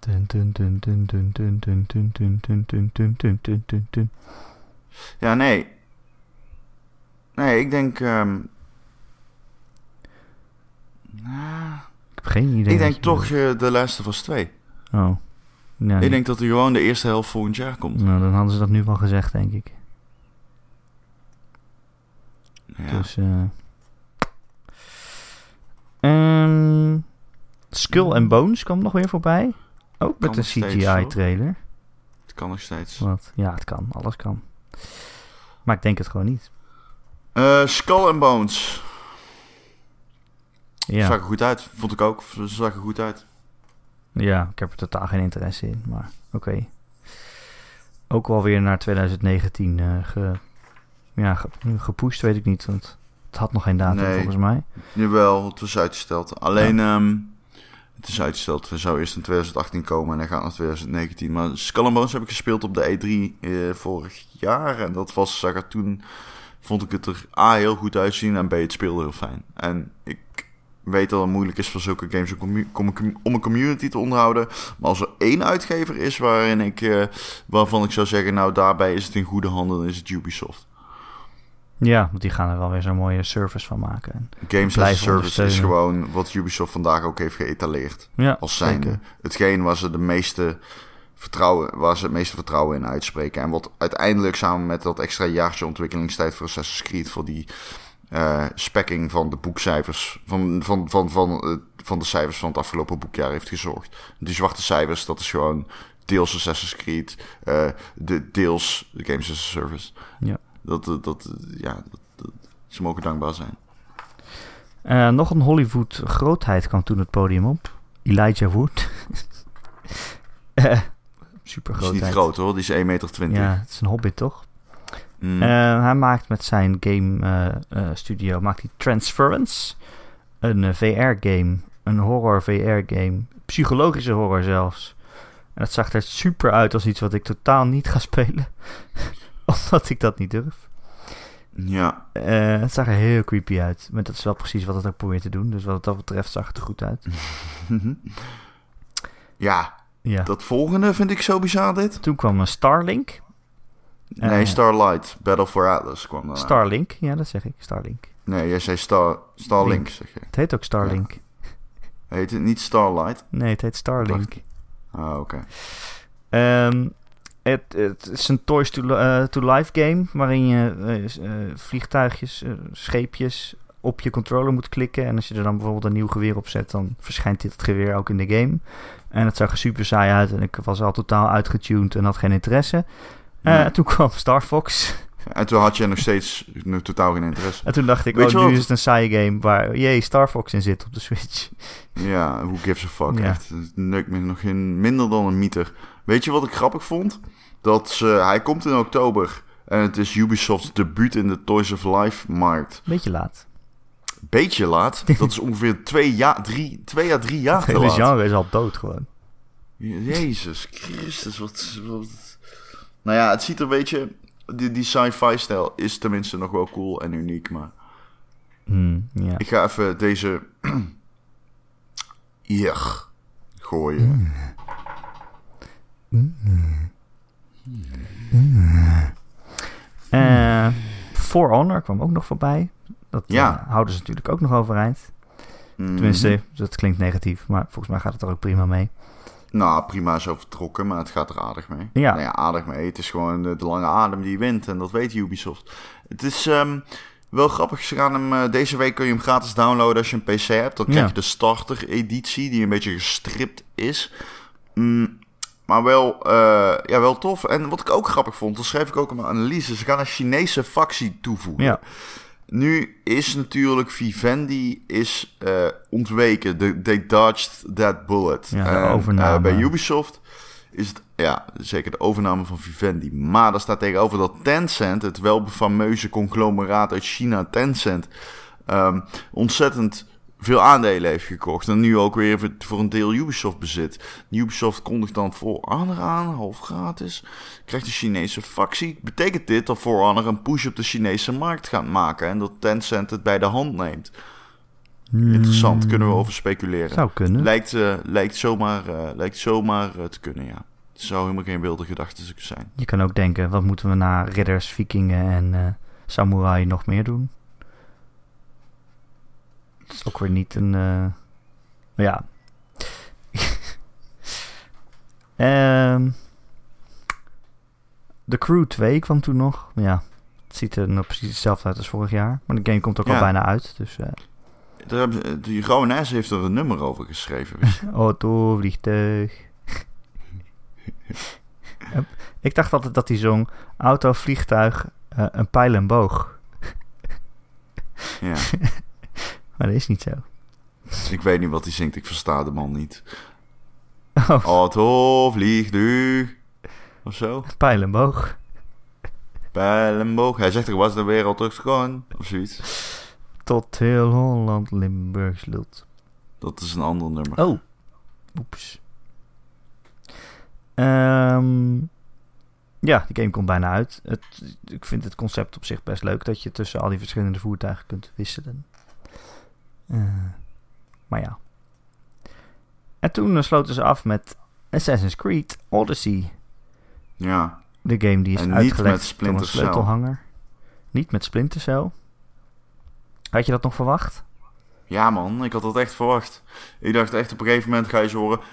Ja, nee. Nee, ik denk... ik heb geen idee. Ik denk toch The Last of Us 2. Oh. Ja, ik denk dat hij gewoon de eerste helft volgend jaar komt. Nou, dan hadden ze dat nu wel gezegd, denk ik. Ja. Dus, Skull and Bones kwam nog weer voorbij. Ook met een CGI-trailer. Het kan nog steeds. Wat? Ja, het kan. Alles kan. Maar ik denk het gewoon niet. Skull and Bones. Ja. Zag er goed uit. Vond ik ook. Zag er goed uit. Ja, ik heb er totaal geen interesse in. Maar oké. Ook wel weer naar 2019 gepusht, weet ik niet. Want Het had nog geen datum volgens mij. Jawel, het was uitgesteld. Alleen, het is uitgesteld. Het zou eerst in 2018 komen en dan gaat naar 2019. Maar Skull and Bones heb ik gespeeld op de E3 vorig jaar. En dat was, toen vond ik het er A, heel goed uitzien en B, het speelde heel fijn. En ik weet dat het moeilijk is voor zulke games om een community te onderhouden. Maar als er één uitgever is waarvan ik zou zeggen, nou daarbij is het in goede handen, dan is het Ubisoft. Ja, want die gaan er wel weer zo'n mooie service van maken. Games as a Service is gewoon wat Ubisoft vandaag ook heeft geëtaleerd. Ja, als zijnde. Zeker. Hetgeen waar ze het meeste vertrouwen in uitspreken. En wat uiteindelijk samen met dat extra jaartje ontwikkelingstijd voor Assassin's Creed, voor die spekking van de boekcijfers, van de cijfers van het afgelopen boekjaar heeft gezorgd. Die zwarte cijfers, dat is gewoon deels Assassin's Creed, deels de Games as a Service. Ja. Ze mogen dankbaar zijn. Nog een Hollywood grootheid kwam toen het podium op. Elijah Wood. Super grootheid. Die is niet groot hoor, die is 1,20 meter. Ja, het is een hobbit toch? Hij maakt met zijn game studio maakt hij Transference. Een VR-game. Een horror VR-game. Psychologische horror zelfs. En dat zag er super uit als iets wat ik totaal niet ga spelen. Omdat ik dat niet durf. Ja. Het zag er heel creepy uit. Maar dat is wel precies wat het ook probeert te doen. Dus wat dat betreft zag het er goed uit. Ja. Dat volgende vind ik zo bizar dit. Toen kwam een Starlink. Nee, Starlight. Battle for Atlas kwam dan. Starlink, ja, dat zeg ik. Starlink. Nee, jij zei Starlink, zeg je. Het heet ook Starlink. Ja. Heet het niet Starlight? Nee, het heet Starlink. Oké. Het is een Toys to Life game, waarin je vliegtuigjes, scheepjes op je controller moet klikken. En als je er dan bijvoorbeeld een nieuw geweer op zet, dan verschijnt dit geweer ook in de game. En het zag er super saai uit en ik was al totaal uitgetuned en had geen interesse. Toen kwam Star Fox. En toen had je nog steeds totaal geen interesse. En toen dacht ik, nu is het een saaie game waar Star Fox in zit op de Switch. Ja, who gives a fuck. Ja. Echt, het neukt me nog minder dan een meter. Weet je wat ik grappig vond? Dat hij komt in oktober en het is Ubisofts debuut in de Toys of Life markt. Beetje laat? Dat is ongeveer 2 à 3 jaar te laat. Het hele genre is al dood gewoon. Jezus Christus, wat... Nou ja, het ziet er een beetje... Die sci-fi stijl is tenminste nog wel cool en uniek, maar... Ja. Ik ga even deze... hier gooien. For Honor kwam ook nog voorbij. Dat houden ze natuurlijk ook nog overeind. Tenminste, dat klinkt negatief, maar volgens mij gaat het er ook prima mee. Nou, prima is overtrokken, maar het gaat er aardig mee. Ja. Nou ja, aardig mee. Het is gewoon de lange adem die wint en dat weet Ubisoft. Het is wel grappig. Ze gaan hem, deze week kun je hem gratis downloaden als je een PC hebt. Dan krijg je de starter editie die een beetje gestript is. Maar wel tof. En wat ik ook grappig vond, dat schreef ik ook in mijn analyse. Ze gaan een Chinese factie toevoegen. Ja. Nu is natuurlijk Vivendi ontweken. They dodged that bullet. Ja, de overname. Bij Ubisoft is het zeker de overname van Vivendi. Maar daar staat tegenover dat Tencent, het wel fameuze conglomeraat uit China, Tencent, ontzettend veel aandelen heeft gekocht. En nu ook weer voor een deel Ubisoft bezit. Ubisoft kondigt dan For Honor aan, half gratis. Krijgt de Chinese factie. Betekent dit dat For Honor een push op de Chinese markt gaat maken en dat Tencent het bij de hand neemt? Interessant, kunnen we over speculeren. Zou kunnen. Lijkt zomaar te kunnen, ja. Het zou helemaal geen wilde gedachte zijn. Je kan ook denken, wat moeten we na ridders, vikingen en samurai nog meer doen? Het is ook weer niet een... ja. The Crew 2 kwam toen nog. Ja, het ziet er nog precies hetzelfde uit als vorig jaar. Maar de game komt ook al bijna uit. Dus, die Rauwe Nijs heeft er een nummer over geschreven. Auto, vliegtuig. Ik dacht altijd dat hij zong auto, vliegtuig, een pijl en boog. Ja. Maar dat is niet zo. Ik weet niet wat hij zingt. Ik versta de man niet. Oh. Auto, vliegtuig. Of zo. Pijl en boog. Pijl en boog. Hij zegt er was de wereld toch gewoon. Of zoiets. tot heel Holland Limburgs lult. Dat is een ander nummer. Oh, oeps. Ja, die game komt bijna uit. Ik vind het concept op zich best leuk dat je tussen al die verschillende voertuigen kunt wisselen. Maar ja. En toen sloten ze af met Assassin's Creed Odyssey. Ja. De game die is en uitgelekt door een sleutelhanger. Niet met Splinter Cell. Had je dat nog verwacht? Ja man, ik had dat echt verwacht. Ik dacht echt op een gegeven moment ga je zo horen...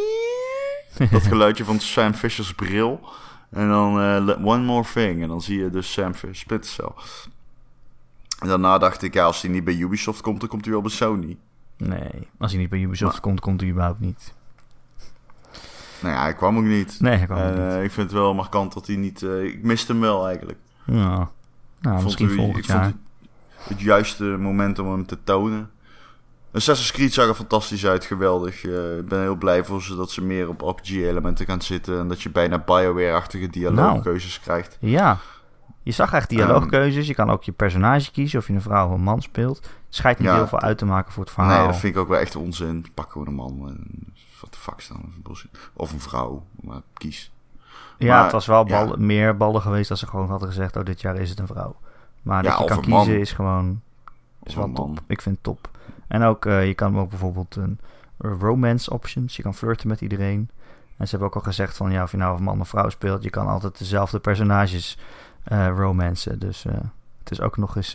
dat geluidje van Sam Fisher's bril. En dan One More Thing. En dan zie je dus Splinter Cell. En daarna dacht ik, ja, als hij niet bij Ubisoft komt, dan komt hij wel bij Sony. Nee, als hij niet bij Ubisoft komt, komt hij überhaupt niet. Nou ja, hij kwam ook niet. Nee, hij kwam ook niet. Ik vind het wel markant dat hij niet... ik miste hem wel eigenlijk. Ja, nou, misschien volgend jaar. Ik vond het juiste moment om hem te tonen. Assassin's Creed zag er fantastisch uit, geweldig. Ik ben heel blij voor ze dat ze meer op RPG-elementen gaan zitten. En dat je bijna BioWare-achtige dialoogkeuzes krijgt. Ja, je zag echt dialoogkeuzes. Je kan ook je personage kiezen of je een vrouw of een man speelt. Het schijnt niet heel veel uit te maken voor het verhaal. Nee, dat vind ik ook wel echt onzin. Pak gewoon een man. Wat de fuck is dan? Of een vrouw, maar kies. Ja, maar, het was wel meer ballen geweest als ze gewoon hadden gezegd... oh, dit jaar is het een vrouw. Maar dat je kan kiezen is gewoon... is wel top. Ik vind het top. En ook, je kan ook bijvoorbeeld een romance options. Je kan flirten met iedereen. En ze hebben ook al gezegd van... ja, of je nou een man of vrouw speelt... je kan altijd dezelfde personages romancen. Dus het is ook nog eens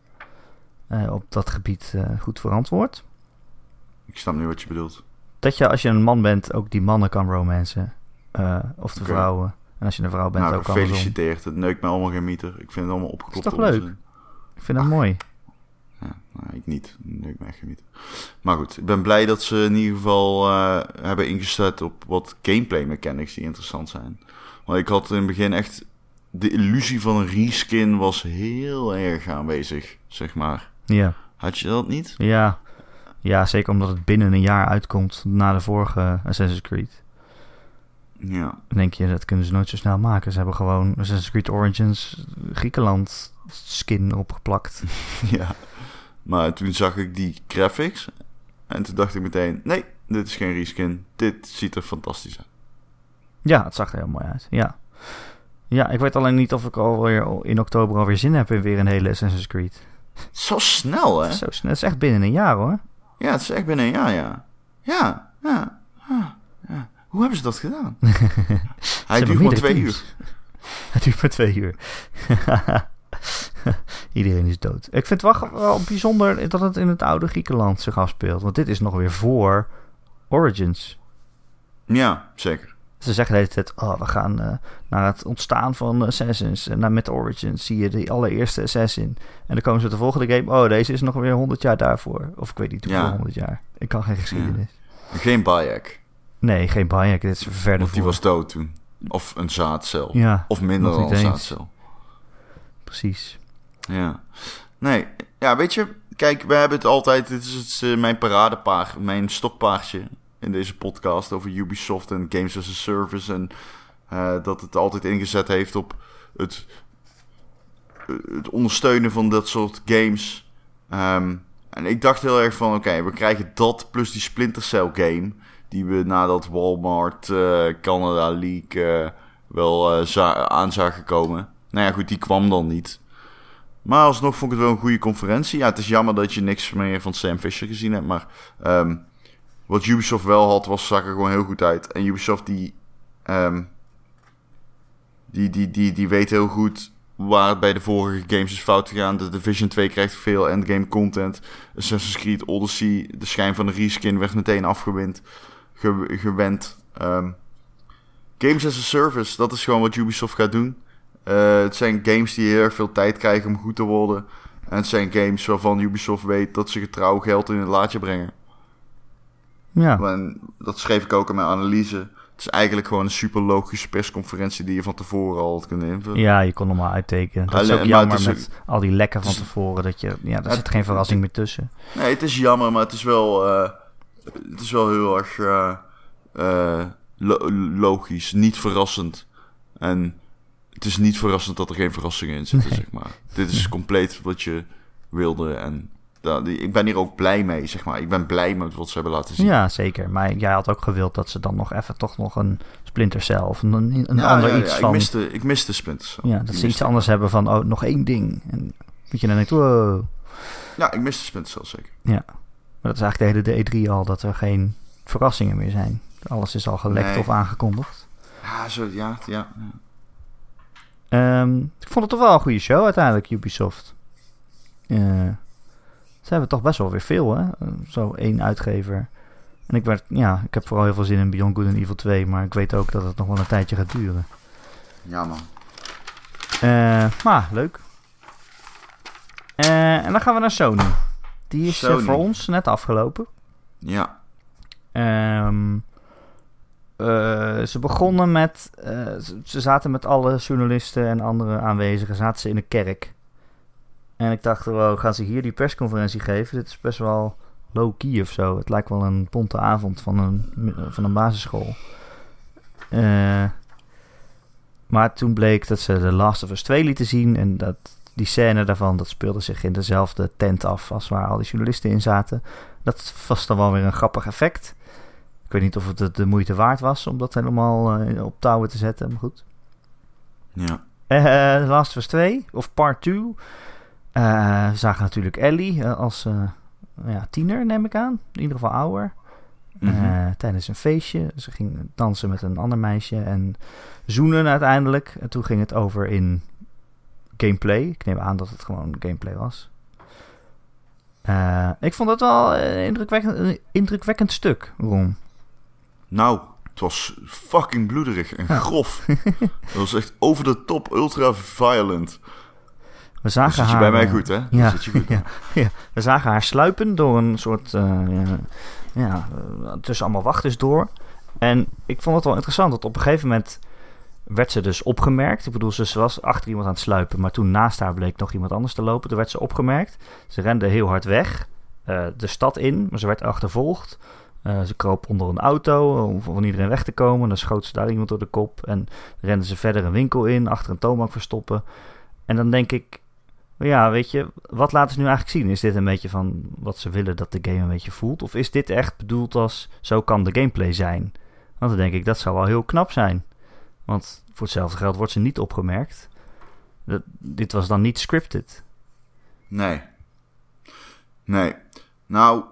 op dat gebied goed verantwoord. Ik snap nu wat je bedoelt. Dat je, als je een man bent, ook die mannen kan romancen. Of de vrouwen. En als je een vrouw bent, ook andersom. Gefeliciteerd. Het neukt mij allemaal geen meter. Ik vind het allemaal opgeklopt. Is toch leuk? Ik vind het mooi. Ja, nou, ik niet. Neukt mij geen meter. Maar goed, ik ben blij dat ze in ieder geval hebben ingezet op wat gameplay mechanics die interessant zijn. Want ik had in het begin echt... de illusie van een reskin was heel erg aanwezig, zeg maar. Ja. Had je dat niet? Ja. Ja, zeker omdat het binnen een jaar uitkomt na de vorige Assassin's Creed. Ja. Dan denk je, dat kunnen ze nooit zo snel maken. Ze hebben gewoon Assassin's Creed Origins Griekenland skin erop geplakt. Ja, maar toen zag ik die graphics en toen dacht ik meteen, nee, dit is geen reskin. Dit ziet er fantastisch uit. Ja, het zag er heel mooi uit, ja. Ja, ik weet alleen niet of ik alweer in oktober alweer zin heb in weer een hele Assassin's Creed. Zo snel, hè? Zo snel, het is echt binnen een jaar, hoor. Ja, het is echt binnen een jaar, ja. Ja. Hoe hebben ze dat gedaan? Hij duurt maar 2 uur. Hij duurt maar 2 uur. Iedereen is dood. Ik vind het wel bijzonder dat het in het oude Griekenland zich afspeelt. Want dit is nog weer voor Origins. Ja, zeker. Ze zeggen de hele tijd, we gaan naar het ontstaan van Assassins. En met Origins zie je de allereerste Assassin. En dan komen ze met de volgende game. Oh, deze is nog weer 100 jaar daarvoor. Of ik weet niet hoeveel 100 jaar. Ik kan geen geschiedenis. Ja. Geen Bayek. Nee, geen Bayek. Dit is verder Want die was dood toen. Of een zaadcel. Ja, of minder dan een zaadcel. Precies. Ja. Nee, ja, weet je... Kijk, we hebben het altijd... Dit is mijn paradepaard, mijn stokpaardje... in deze podcast over Ubisoft en Games as a Service... en dat het altijd ingezet heeft op het ondersteunen van dat soort games. En ik dacht heel erg van... Oké, we krijgen dat plus die Splinter Cell game... die we nadat Walmart Canada League wel aan zagen komen. Nou ja, goed, die kwam dan niet. Maar alsnog vond ik het wel een goede conferentie. Ja, het is jammer dat je niks meer van Sam Fisher gezien hebt, maar... wat Ubisoft wel had, zag er gewoon heel goed uit. En Ubisoft die weet heel goed waar het bij de vorige games is fout gegaan. De Division 2 krijgt veel endgame content. Assassin's Creed Odyssey, de schijn van de reskin werd meteen gewend. Games as a Service, dat is gewoon wat Ubisoft gaat doen. Het zijn games die heel erg veel tijd krijgen om goed te worden. En het zijn games waarvan Ubisoft weet dat ze getrouw geld in het laadje brengen. Ja. En dat schreef ik ook in mijn analyse. Het is eigenlijk gewoon een super logische persconferentie die je van tevoren al had kunnen invullen. Ja, je kon hem al uittekenen. Dat is ook jammer met al die lekken van tevoren. Dat je, ja, daar zit geen verrassing meer tussen. Nee, het is jammer, maar het is wel heel erg logisch. Niet verrassend. En het is niet verrassend dat er geen verrassingen in zitten, zeg maar. Dit is compleet wat je wilde en Ik ben hier ook blij mee, zeg maar. Ik ben blij met wat ze hebben laten zien. Ja, zeker. Maar jij had ook gewild dat ze dan nog even toch nog een Splinter Cell of een ander iets van... Ik miste Splinter Cell. Ja, dat ze iets anders hebben van, nog 1 ding. En dat je dan denkt, wow. Ja, ik miste Splinter Cell zeker. Ja, maar dat is eigenlijk de hele E3 al, dat er geen verrassingen meer zijn. Alles is al gelekt of aangekondigd. Ja. Ik vond het toch wel een goede show uiteindelijk, Ubisoft. Ze hebben toch best wel weer veel, hè? Zo 1 uitgever. En ik heb vooral heel veel zin in Beyond Good and Evil 2, maar ik weet ook dat het nog wel een tijdje gaat duren. Ja, man. Maar, leuk. En dan gaan we naar Sony. Die is voor ons net afgelopen. Ja. Ze begonnen met... ze zaten met alle journalisten en andere aanwezigen... zaten ze in een kerk. En ik dacht, wow, gaan ze hier die persconferentie geven? Dit is best wel low-key of zo. Het lijkt wel een bonte avond van een basisschool. Maar toen bleek dat ze The Last of Us 2 lieten zien... en die scène daarvan, dat speelde zich in dezelfde tent af... als waar al die journalisten in zaten. Dat was dan wel weer een grappig effect... Ik weet niet of het de moeite waard was om dat helemaal op touwen te zetten, maar goed. Ja. The Last of Us 2, of Part 2. We zagen natuurlijk Ellie als tiener, neem ik aan. In ieder geval ouder. Tijdens een feestje. Ze ging dansen met een ander meisje en zoenen uiteindelijk. En toen ging het over in gameplay. Ik neem aan dat het gewoon gameplay was. Ik vond het wel een indrukwekkend stuk, Ron. Nou, het was fucking bloederig en grof. Het was echt over de top, ultra violent. We zagen zit je bij mij goed, hè? Ja, zit je goed. Ja. We zagen haar sluipen door een soort... tussen allemaal wachters door. En ik vond het wel interessant, dat op een gegeven moment... werd ze dus opgemerkt. Ik bedoel, ze was achter iemand aan het sluipen... maar toen naast haar bleek nog iemand anders te lopen. Toen werd ze opgemerkt. Ze rende heel hard weg. De stad in, maar ze werd achtervolgd. Ze kroop onder een auto om van iedereen weg te komen. Dan schoot ze daar iemand door de kop. En rende ze verder een winkel in, achter een toonbank verstoppen. En dan denk ik... ja, weet je, wat laten ze nu eigenlijk zien? Is dit een beetje van wat ze willen dat de game een beetje voelt? Of is dit echt bedoeld als... zo kan de gameplay zijn? Want dan denk ik, dat zou wel heel knap zijn. Want voor hetzelfde geld wordt ze niet opgemerkt. Dit was dan niet scripted. Nee. Nou,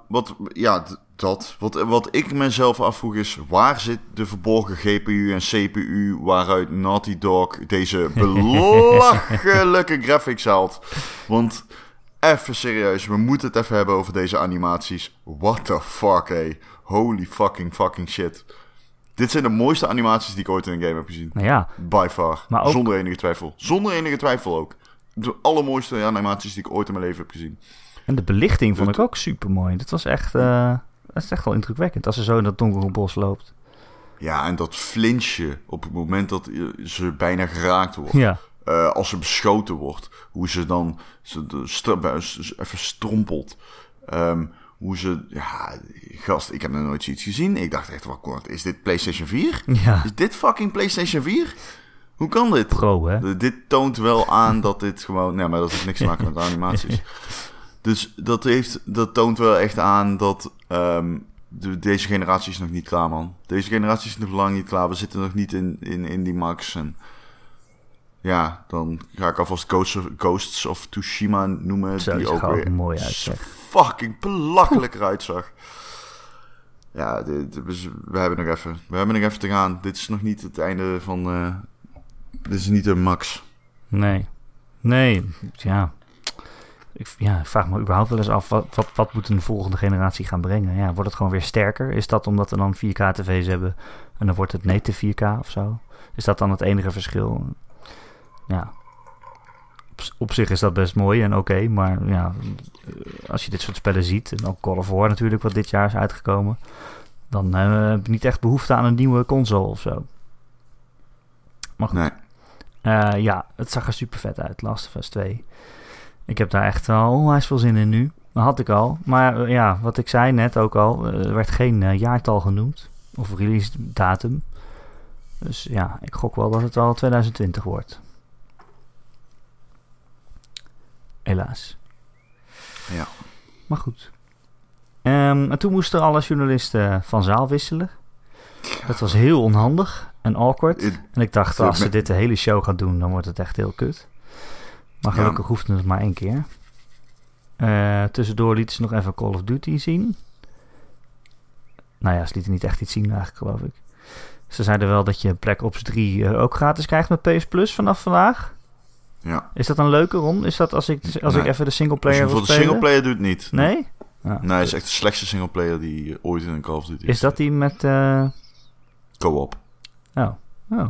wat ik mezelf afvroeg is... waar zit de verborgen GPU en CPU... waaruit Naughty Dog deze belachelijke graphics haalt? Want even serieus, we moeten het even hebben over deze animaties. What the fuck, hé. Holy fucking shit. Dit zijn de mooiste animaties die ik ooit in een game heb gezien. Nou ja. By far. Maar ook... Zonder enige twijfel. Zonder enige twijfel ook. De allermooiste animaties die ik ooit in mijn leven heb gezien. En de belichting vond ik ook super mooi. Dat was echt, dat is echt wel indrukwekkend als ze zo in dat donkere bos loopt. Ja, en dat flinchje op het moment dat ze bijna geraakt wordt. Ja. Als ze beschoten wordt. Hoe ze dan even strompelt. Hoe ze... Ja, gast, ik heb nog nooit zoiets gezien. Ik dacht echt, wat kort. Is dit PlayStation 4? Ja. Is dit fucking PlayStation 4? Hoe kan dit? Pro, hè? Dit toont wel aan dat dit gewoon... Nee, maar dat heeft niks te maken met de animaties. Dus dat toont wel echt aan dat... deze generatie is nog niet klaar, man. Deze generatie is nog lang niet klaar. We zitten nog niet in die max. En ja, dan ga ik alvast Ghosts of Tsushima noemen. Zo, die ook weer mooi uitzag. Fucking belachelijk eruit zag. Ja, we hebben nog even te gaan. Dit is nog niet het einde van... dit is niet een max. Nee, ja. Ik vraag me überhaupt wel eens af... wat moet een volgende generatie gaan brengen? Ja, wordt het gewoon weer sterker? Is dat omdat we dan 4K-tv's hebben... en dan wordt het native 4K of zo? Is dat dan het enige verschil? Ja. Op zich is dat best mooi en oké, maar ja... als je dit soort spellen ziet... en ook Call of War natuurlijk, wat dit jaar is uitgekomen... dan heb je niet echt behoefte aan een nieuwe console of zo. Maar goed. Nee. Ja, het zag er super vet uit, Last of Us 2... Ik heb daar echt wel onwijs veel zin in nu. Dat had ik al. Maar ja, wat ik zei net ook al. Er werd geen jaartal genoemd. Of release datum. Dus ja, ik gok wel dat het al 2020 wordt. Helaas. Ja. Maar goed. En toen moesten alle journalisten van zaal wisselen. Dat was heel onhandig en awkward. En ik dacht, als ze dit de hele show gaan doen, dan wordt het echt heel kut. Maar gelukkig hoefde het maar 1 keer. Tussendoor lieten ze nog even Call of Duty zien. Nou ja, ze lieten niet echt iets zien eigenlijk, geloof ik. Ze zeiden wel dat je Black Ops 3 ook gratis krijgt met PS Plus vanaf vandaag. Ja. Is dat een leuke, Ron? Is dat als ik even de singleplayer wil spelen? Voor de singleplayer doet het niet. Nee? Nee, het is echt de slechtste singleplayer die ooit in een Call of Duty is. Dat die met... Co-op. Oh.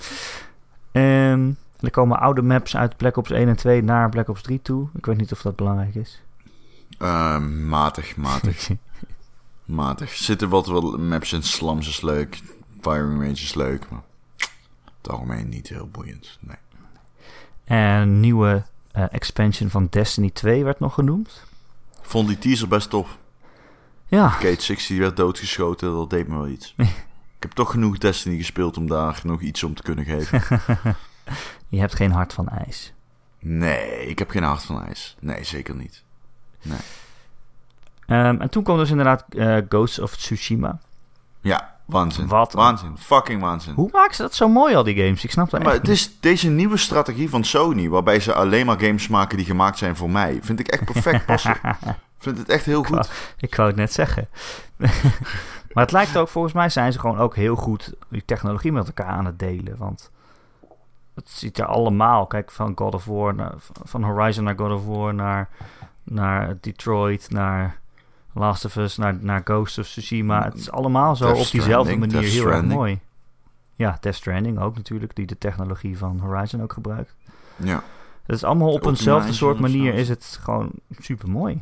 Er komen oude maps uit Black Ops 1 en 2 naar Black Ops 3 toe. Ik weet niet of dat belangrijk is. Matig. Matig. Zitten wat wel maps in slums is leuk. Firing range is leuk, maar het algemeen niet heel boeiend. Nee. En een nieuwe expansion van Destiny 2 werd nog genoemd. Vond die teaser best tof. Ja. Kate 60 werd doodgeschoten, dat deed me wel iets. Ik heb toch genoeg Destiny gespeeld om daar nog iets om te kunnen geven. Je hebt geen hart van ijs. Nee, ik heb geen hart van ijs. Nee, zeker niet. Nee. En toen kwam dus inderdaad Ghost of Tsushima. Ja, waanzin. Waanzin. Fucking waanzin. Hoe maken ze dat zo mooi, al die games? Ik snap dat echt niet. Het is deze nieuwe strategie van Sony, waarbij ze alleen maar games maken die gemaakt zijn voor mij. Vind ik echt perfect passen. Vind het echt heel goed. Ik wou het net zeggen. Maar het lijkt ook, volgens mij zijn ze gewoon ook heel goed die technologie met elkaar aan het delen. Want het ziet er allemaal, kijk, van God of War, van Horizon naar God of War, naar Detroit, naar Last of Us, naar Ghost of Tsushima. Het is allemaal zo op diezelfde manier heel erg mooi. Ja, Death Stranding ook natuurlijk, die de technologie van Horizon ook gebruikt. Ja. Het is allemaal op eenzelfde soort manier, is het gewoon super mooi.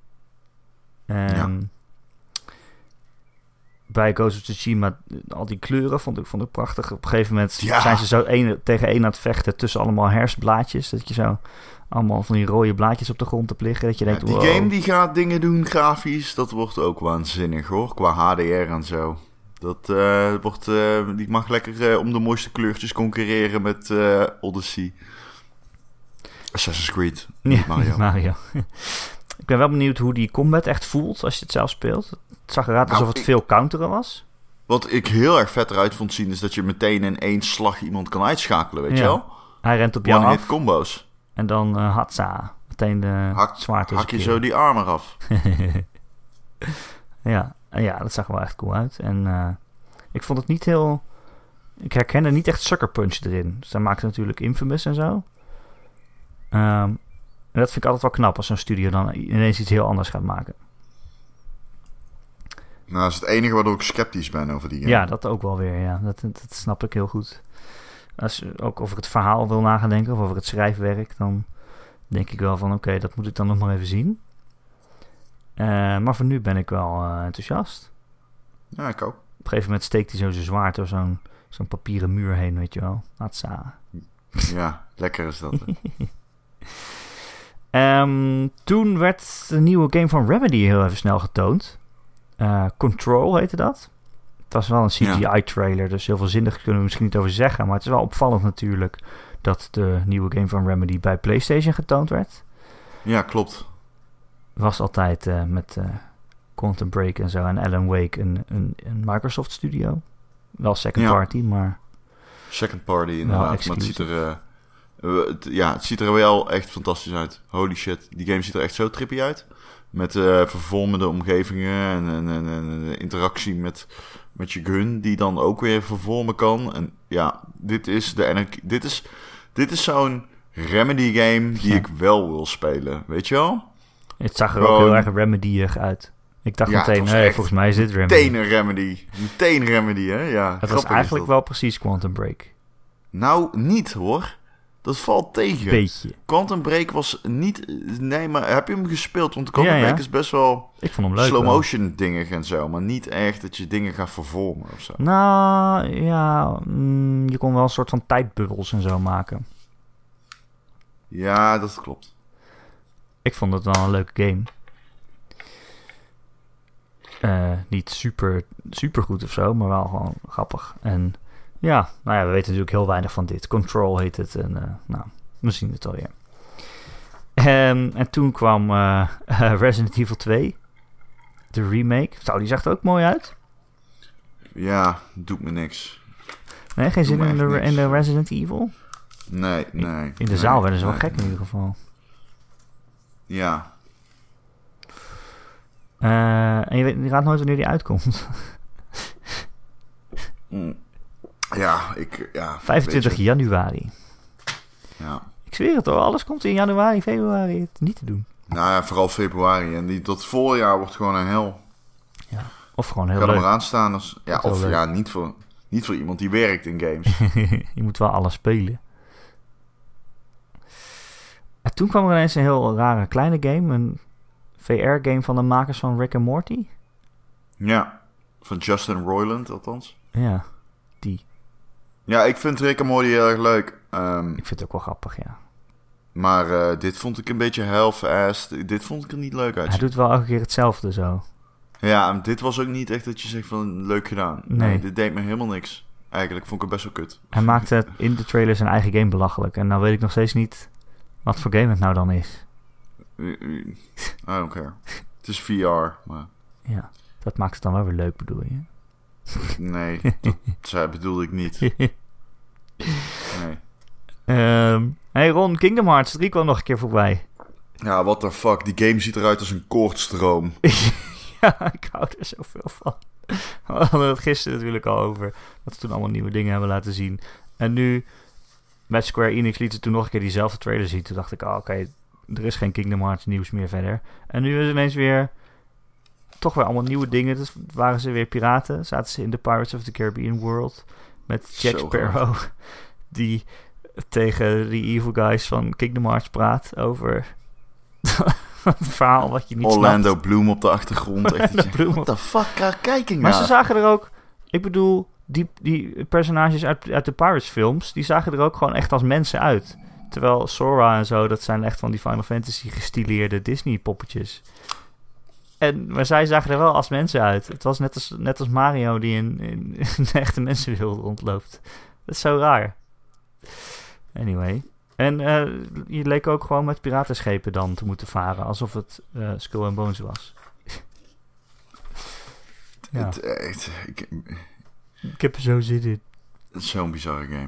Bij Ghost of Tsushima, al die kleuren vond ik prachtig. Op een gegeven moment zijn ze zo 1 tegen 1 aan het vechten tussen allemaal herfstblaadjes. Dat je zo allemaal van die rode blaadjes op de grond hebt liggen. Dat je denkt, die game die gaat dingen doen grafisch, dat wordt ook waanzinnig hoor. Qua HDR en zo. Dat die mag lekker om de mooiste kleurtjes concurreren met Odyssey. Assassin's Creed. Mario. Ik ben wel benieuwd hoe die combat echt voelt als je het zelf speelt. Het zag eruit alsof het veel counteren was. Wat ik heel erg vet eruit vond zien, is dat je meteen in 1 slag iemand kan uitschakelen, weet je wel? Hij rent op jou af. One-hit combo's. En dan hatsa. Meteen de zwaard. Hak je zo die arm eraf. Ja, dat zag er wel echt cool uit. En ik vond het niet heel... Ik herkende niet echt Sucker Punch erin. Zij maakten natuurlijk Infamous en zo. En dat vind ik altijd wel knap als zo'n studio dan ineens iets heel anders gaat maken. Nou, dat is het enige waardoor ik sceptisch ben over die game. Ja, dat ook wel weer, ja. Dat snap ik heel goed. Ook over het verhaal wil nagaan denken, of over het schrijfwerk, dan denk ik wel van oké, dat moet ik dan nog maar even zien. Maar voor nu ben ik wel enthousiast. Ja, ik ook. Op een gegeven moment steekt hij zo zijn zwaard door zo'n papieren muur heen, weet je wel. Hatsa. Ja, lekker is dat. Toen werd de nieuwe game van Remedy heel even snel getoond. Control heette dat. Het was wel een CGI-trailer, dus heel veelzinnig kunnen we misschien niet over zeggen. Maar het is wel opvallend natuurlijk dat de nieuwe game van Remedy bij PlayStation getoond werd. Ja, klopt. Was altijd met Quantum Break en zo en Alan Wake een Microsoft studio. Wel second party, maar... Second party, inderdaad. Maar het ziet er... het ziet er wel echt fantastisch uit. Holy shit, die game ziet er echt zo trippy uit. Met vervormende omgevingen en interactie met je gun, die dan ook weer vervormen kan. En ja, dit is zo'n Remedy game die ik wel wil spelen, weet je wel? Het zag er ook heel erg Remedy-ig uit. Ik dacht meteen, volgens mij is dit Remedy. Meteen Remedy, hè? Ja, het was eigenlijk wel precies Quantum Break. Nou, niet hoor. Dat valt tegen. Beetje. Quantum Break was niet... Nee, maar heb je hem gespeeld? Want Quantum Break is best wel... Ik vond hem leuk. Slow motion dingen en zo. Maar niet echt dat je dingen gaat vervormen of zo. Nou, ja... je kon wel een soort van tijdbubbels en zo maken. Ja, dat klopt. Ik vond het wel een leuke game. Niet super goed of zo, maar wel gewoon grappig. En... Ja, nou ja, we weten natuurlijk heel weinig van dit. Control heet het en we zien het alweer. En toen kwam Resident Evil 2. De remake. Zo, die zag er ook mooi uit. Ja, doet me niks. Nee, geen zin in de Resident Evil? Nee. In de zaal werden ze wel gek in ieder geval. Ja. En je raadt nooit wanneer die uitkomt. Ja, 25 januari. Ja. Ik zweer het hoor, alles komt in januari, februari. Het niet te doen. Nou ja, vooral februari. En dat voorjaar wordt gewoon een hel. Ja, of gewoon heel leuk. Ga er maar aan staan. Niet voor iemand die werkt in games. Je moet wel alles spelen. En toen kwam er ineens een heel rare kleine game. Een VR-game van de makers van Rick and Morty. Ja, van Justin Roiland althans. Ja, die. Ja, ik vind Rick and Morty heel erg leuk. Ik vind het ook wel grappig, ja. Maar dit vond ik een beetje half-assed. Dit vond ik er niet leuk uit. Hij doet wel elke keer hetzelfde zo. Ja, dit was ook niet echt dat je zegt van leuk gedaan. Nee, dit deed me helemaal niks. Eigenlijk vond ik het best wel kut. Hij maakte in de trailer zijn eigen game belachelijk. En nou weet ik nog steeds niet wat voor game het nou dan is. I don't care. Het is VR, maar... Ja, dat maakt het dan wel weer leuk, bedoel je? Nee, dat bedoelde ik niet. Nee. Hey Ron, Kingdom Hearts 3 kwam nog een keer voorbij. Ja, what the fuck. Die game ziet eruit als een koortstroom. Ja, ik hou er zoveel van. We hadden het gisteren natuurlijk al over. Dat ze toen allemaal nieuwe dingen hebben laten zien. En nu, met Square Enix lieten ze toen nog een keer diezelfde trailer zien. Toen dacht ik, oké, er is geen Kingdom Hearts nieuws meer verder. En nu is ineens weer... toch weer allemaal nieuwe dingen. Dus waren ze weer piraten. Zaten ze in de Pirates of the Caribbean World. Met Jack Sparrow. Die tegen die evil guys van Kingdom Hearts praat over... het verhaal wat je niet Orlando snapt. Bloom op de achtergrond. Echt what the fuck, kijk ik Maar ze zagen er ook... Ik bedoel, die personages uit de Pirates films... die zagen er ook gewoon echt als mensen uit. Terwijl Sora en zo... dat zijn echt van die Final Fantasy gestileerde Disney poppetjes. Maar zij zagen er wel als mensen uit. Het was net als Mario die in de echte mensenwereld rondloopt. Dat is zo raar. Anyway... En je leek ook gewoon met piratenschepen dan te moeten varen. Alsof het Skull and Bones was. Ja. Ik heb er zo zin in. Het is zo'n bizarre game.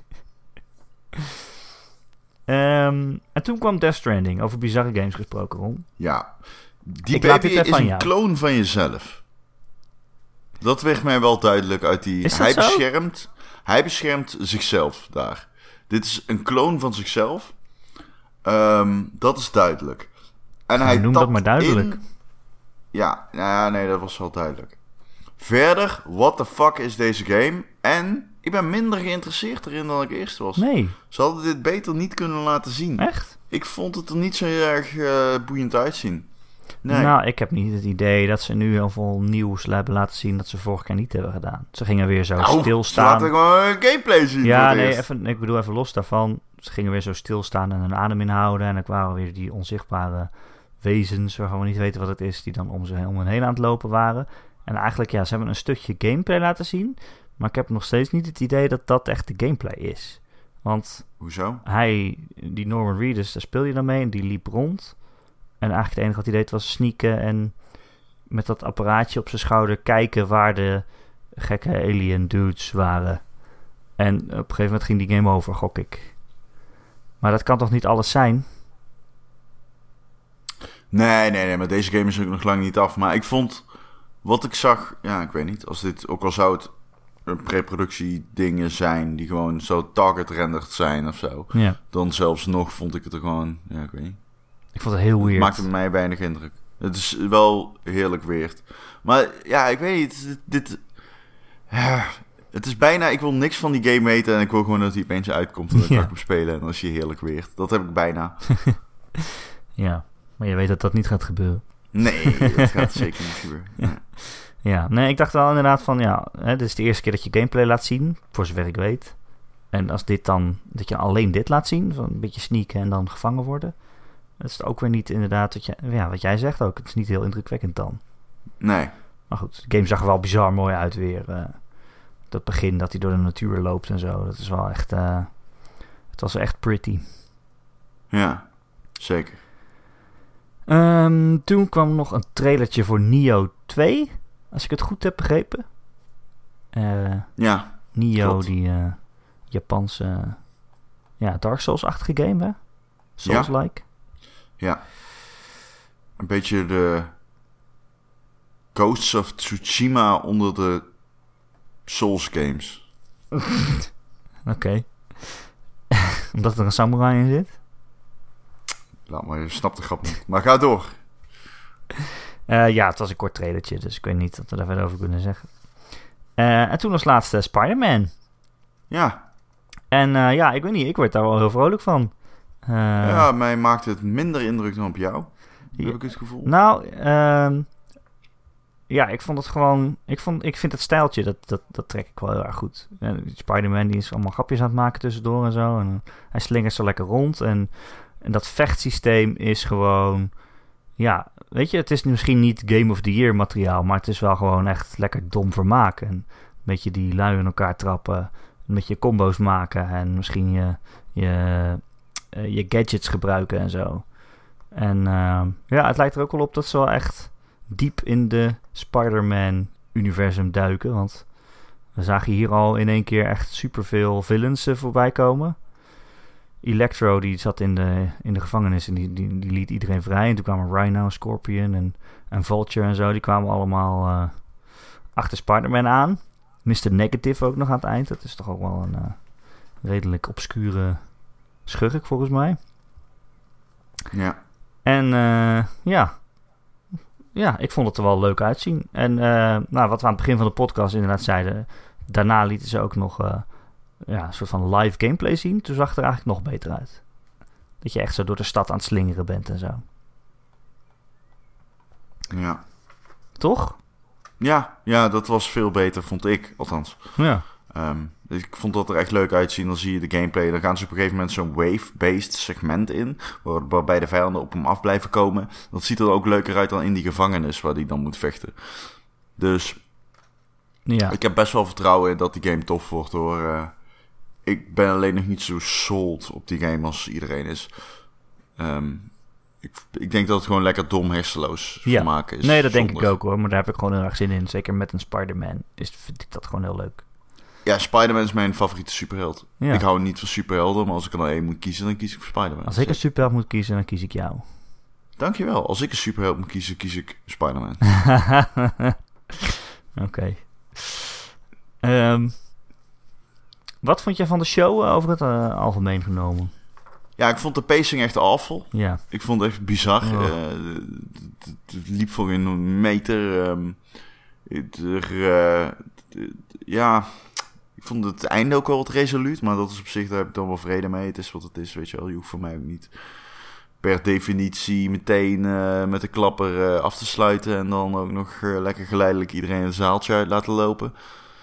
En toen kwam Death Stranding. Over bizarre games gesproken, Ron. Ja. Die baby is een kloon van jezelf. Dat werd mij wel duidelijk uit die... Hij beschermt zichzelf daar. Dit is een kloon van zichzelf. Dat is duidelijk. En hij noem dat maar duidelijk. Nee, dat was wel duidelijk. Verder, what the fuck is deze game? En ik ben minder geïnteresseerd erin dan ik eerst was. Nee. Ze hadden dit beter niet kunnen laten zien. Echt? Ik vond het er niet zo heel erg boeiend uitzien. Nee. Nou, ik heb niet het idee dat ze nu heel veel nieuws hebben laten zien dat ze vorige keer niet hebben gedaan. Ze gingen weer zo stilstaan. Ze laten gewoon gameplay zien. Ja, nee, ik bedoel even los daarvan. Ze gingen weer zo stilstaan en hun adem inhouden. En dan kwamen weer die onzichtbare wezens waarvan we niet weten wat het is, die dan om hen heen aan het lopen waren. En eigenlijk, ja, ze hebben een stukje gameplay laten zien. Maar ik heb nog steeds niet het idee dat dat echt de gameplay is. Want... Hoezo? Die Norman Reedus, daar speel je dan mee en die liep rond. En eigenlijk het enige wat hij deed was sneaken en met dat apparaatje op zijn schouder kijken waar de gekke alien dudes waren. En op een gegeven moment ging die game over, gok ik. Maar dat kan toch niet alles zijn? Nee, maar deze game is ook nog lang niet af. Maar ik vond, wat ik zag, ja, ik weet niet, als dit, ook al zou het een preproductie dingen zijn die gewoon zo target-rendered zijn of zo. Ja. Dan zelfs nog vond ik het er gewoon, ja, ik weet niet. Ik vond het heel weird. Het maakte bij mij weinig indruk. Het is wel heerlijk weird. Maar ja, ik weet niet. Het is bijna... Ik wil niks van die game weten. En ik wil gewoon dat hij opeens uitkomt. En dan kan ik hem spelen. En dan is hij heerlijk weird. Dat heb ik bijna. Ja, maar je weet dat dat niet gaat gebeuren. Nee, dat gaat zeker niet gebeuren. Ja, nee, ik dacht wel inderdaad van... Ja, dit is de eerste keer dat je gameplay laat zien. Voor zover ik weet. En als dit dan... Dat je alleen dit laat zien. Van een beetje sneaken en dan gevangen worden... Dat is ook weer niet inderdaad wat jij zegt ook. Het is niet heel indrukwekkend dan. Nee. Maar goed, de game zag er wel bizar mooi uit weer. Dat begin dat hij door de natuur loopt en zo. Dat is wel echt... het was echt pretty. Ja. Zeker. Toen kwam nog een trailertje voor Nioh 2. Als ik het goed heb begrepen. Ja. Nioh, klopt. die Japanse Dark Souls-achtige game, hè? Souls-like. Ja. Een beetje de Ghosts of Tsushima onder de Souls games. Oké. Omdat er een samurai in zit? Laat maar, je snapt de grap niet. Maar ga door. Het was een kort trailertje, dus ik weet niet wat we daar verder over kunnen zeggen. En toen als laatste Spider-Man. Ja. En ik weet niet, ik word daar wel heel vrolijk van. Mij maakt het minder indruk dan op jou. Heb ik het gevoel. Nou, ik vond het gewoon... Ik vind het stijltje, dat trek ik wel heel erg goed. Spider-Man die is allemaal grapjes aan het maken tussendoor en zo. En hij slingert zo lekker rond. En dat vechtsysteem is gewoon... Ja, weet je, het is misschien niet Game of the Year materiaal, maar het is wel gewoon echt lekker dom vermaak. En een beetje die lui in elkaar trappen, een beetje combo's maken en misschien je gadgets gebruiken en zo. En het lijkt er ook wel op dat ze wel echt diep in de Spider-Man-universum duiken. Want we zagen hier al in één keer echt superveel villains voorbij komen. Electro, die zat in de gevangenis en die liet iedereen vrij. En toen kwamen Rhino, Scorpion en Vulture en zo. Die kwamen allemaal achter Spider-Man aan. Mr. Negative ook nog aan het eind. Dat is toch ook wel een redelijk obscure schurk volgens mij. Ja. En ik vond het er wel leuk uitzien. En wat we aan het begin van de podcast inderdaad zeiden... Daarna lieten ze ook nog een soort van live gameplay zien. Toen zag het er eigenlijk nog beter uit. Dat je echt zo door de stad aan het slingeren bent en zo. Ja. Toch? Ja, dat was veel beter, vond ik, althans. Ja. Ik vond dat er echt leuk uitzien. Dan zie je de gameplay. Dan gaan ze op een gegeven moment zo'n wave-based segment in. Waarbij de vijanden op hem af blijven komen. Dat ziet er ook leuker uit dan in die gevangenis waar die dan moet vechten. Dus ik heb best wel vertrouwen in dat die game tof wordt hoor. Ik ben alleen nog niet zo sold op die game als iedereen is. Ik denk dat het gewoon lekker dom hersenloos vermaken is. Nee, dat denk ik ook hoor. Maar daar heb ik gewoon heel erg zin in. Zeker met een Spider-Man vind ik dat gewoon heel leuk. Ja, Spider-Man is mijn favoriete superheld. Ja. Ik hou niet van superhelden, maar als ik er nou één moet kiezen, dan kies ik voor Spider-Man. Als ik een superheld moet kiezen, dan kies ik jou. Dankjewel. Als ik een superheld moet kiezen, kies ik Spider-Man. Oké. Wat vond jij van de show over het algemeen genomen? Ja, ik vond de pacing echt awful. Ja. Ik vond het echt bizar. Oh. Het liep voor een meter. Ik vond het einde ook wel wat resoluut. Maar dat is op zich, daar heb ik dan wel vrede mee. Het is wat het is, weet je wel. Je hoeft voor mij ook niet per definitie meteen met de klapper af te sluiten. En dan ook nog lekker geleidelijk iedereen een zaaltje uit laten lopen.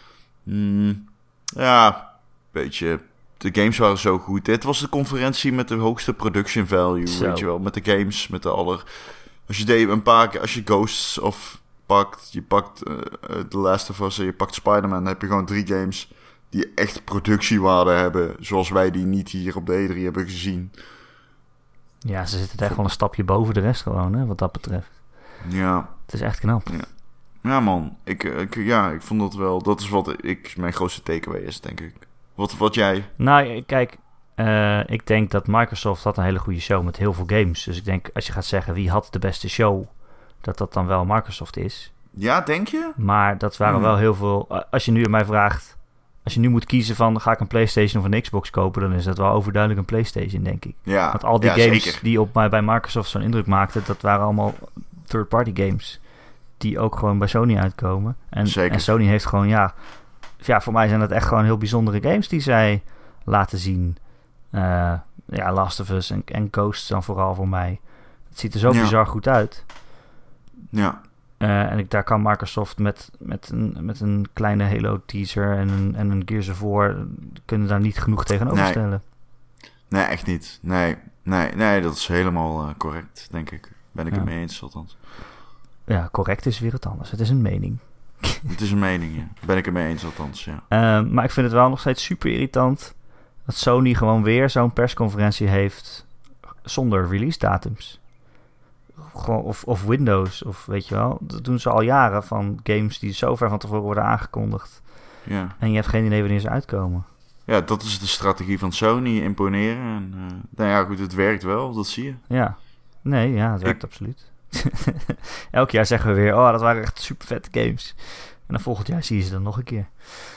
Beetje... De games waren zo goed. Dit was de conferentie met de hoogste production value, weet je wel. Met de games, met de Als je Ghosts of pakt, je pakt The Last of Us en je pakt Spider-Man, dan heb je gewoon 3 games die echt productiewaarde hebben, zoals wij die niet hier op de E3 hebben gezien. Ja, ze zitten echt wel een stapje boven de rest gewoon, hè, wat dat betreft. Ja. Het is echt knap. Ja man, ik vond dat wel, dat is wat mijn grootste takeaway is, denk ik. Wat jij? Nou, kijk, ik denk dat Microsoft had een hele goede show met heel veel games. Dus ik denk, als je gaat zeggen wie had de beste show, dat dan wel Microsoft is. Ja, denk je? Maar dat waren wel heel veel... Als je nu aan mij vraagt, als je nu moet kiezen van ga ik een PlayStation of een Xbox kopen, dan is dat wel overduidelijk een PlayStation, denk ik. Ja. Want al die games zeker. die op mij bij Microsoft zo'n indruk maakten, dat waren allemaal third-party games die ook gewoon bij Sony uitkomen. En Sony heeft gewoon, voor mij zijn dat echt gewoon heel bijzondere games die zij laten zien. Last of Us en Ghosts dan vooral voor mij. Het ziet er zo bizar goed uit. Ja. En daar kan Microsoft met een kleine Halo teaser en een Gears of War kunnen daar niet genoeg tegenover stellen. Nee, echt niet. Nee, dat is helemaal correct, denk ik. Ben ik het mee eens, althans. Ja, correct is weer het anders. Het is een mening. Het is een mening, ja. Ben ik het mee eens, althans, ja. Maar ik vind het wel nog steeds super irritant dat Sony gewoon weer zo'n persconferentie heeft zonder release datums. Of Windows, of weet je wel. Dat doen ze al jaren van games die zo ver van tevoren worden aangekondigd. Ja. En je hebt geen idee wanneer ze uitkomen. Ja, dat is de strategie van Sony, imponeren. En, nou ja, goed, het werkt wel, dat zie je. Ja, het werkt absoluut. Elk jaar zeggen we weer, dat waren echt super vette games. En dan volgend jaar zie je ze dan nog een keer.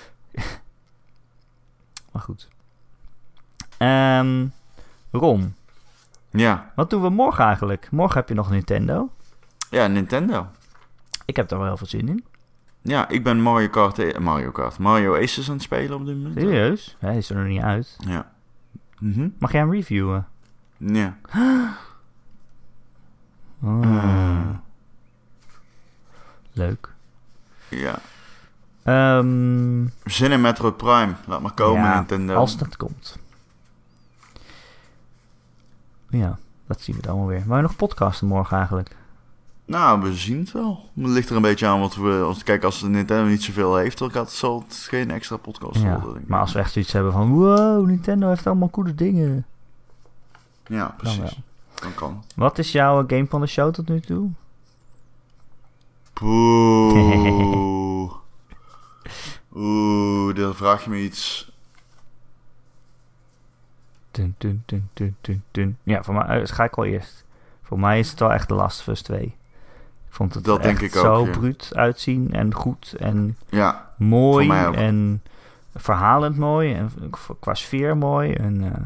Maar goed. Ron. Ja. Wat doen we morgen eigenlijk? Morgen heb je nog Nintendo. Ja, Nintendo. Ik heb daar wel heel veel zin in. Ja, ik ben Mario Aces aan het spelen op dit moment. Serieus? Hij is er nog niet uit. Ja. Mag jij hem reviewen? Ja. Leuk. Ja. Zin in Metroid Prime. Laat maar komen, Nintendo. Als dat komt. Ja, dat zien we dan wel weer. Wou je nog podcasten morgen eigenlijk? Nou, we zien het wel. Het ligt er een beetje aan wat we... Als de Nintendo niet zoveel heeft, dan zal het geen extra podcast worden. Denk ik. Maar als we echt zoiets hebben van... Wow, Nintendo heeft allemaal coole dingen. Ja, precies. Dan kan. Wat is jouw game van de show tot nu toe? Dan vraag je me iets... Ja, voor mij ga ik al eerst. Voor mij is het wel echt The Last of Us 2. Ik vond het dat echt denk ik zo ook, bruut uitzien en goed en mooi en verhalend mooi en qua sfeer mooi en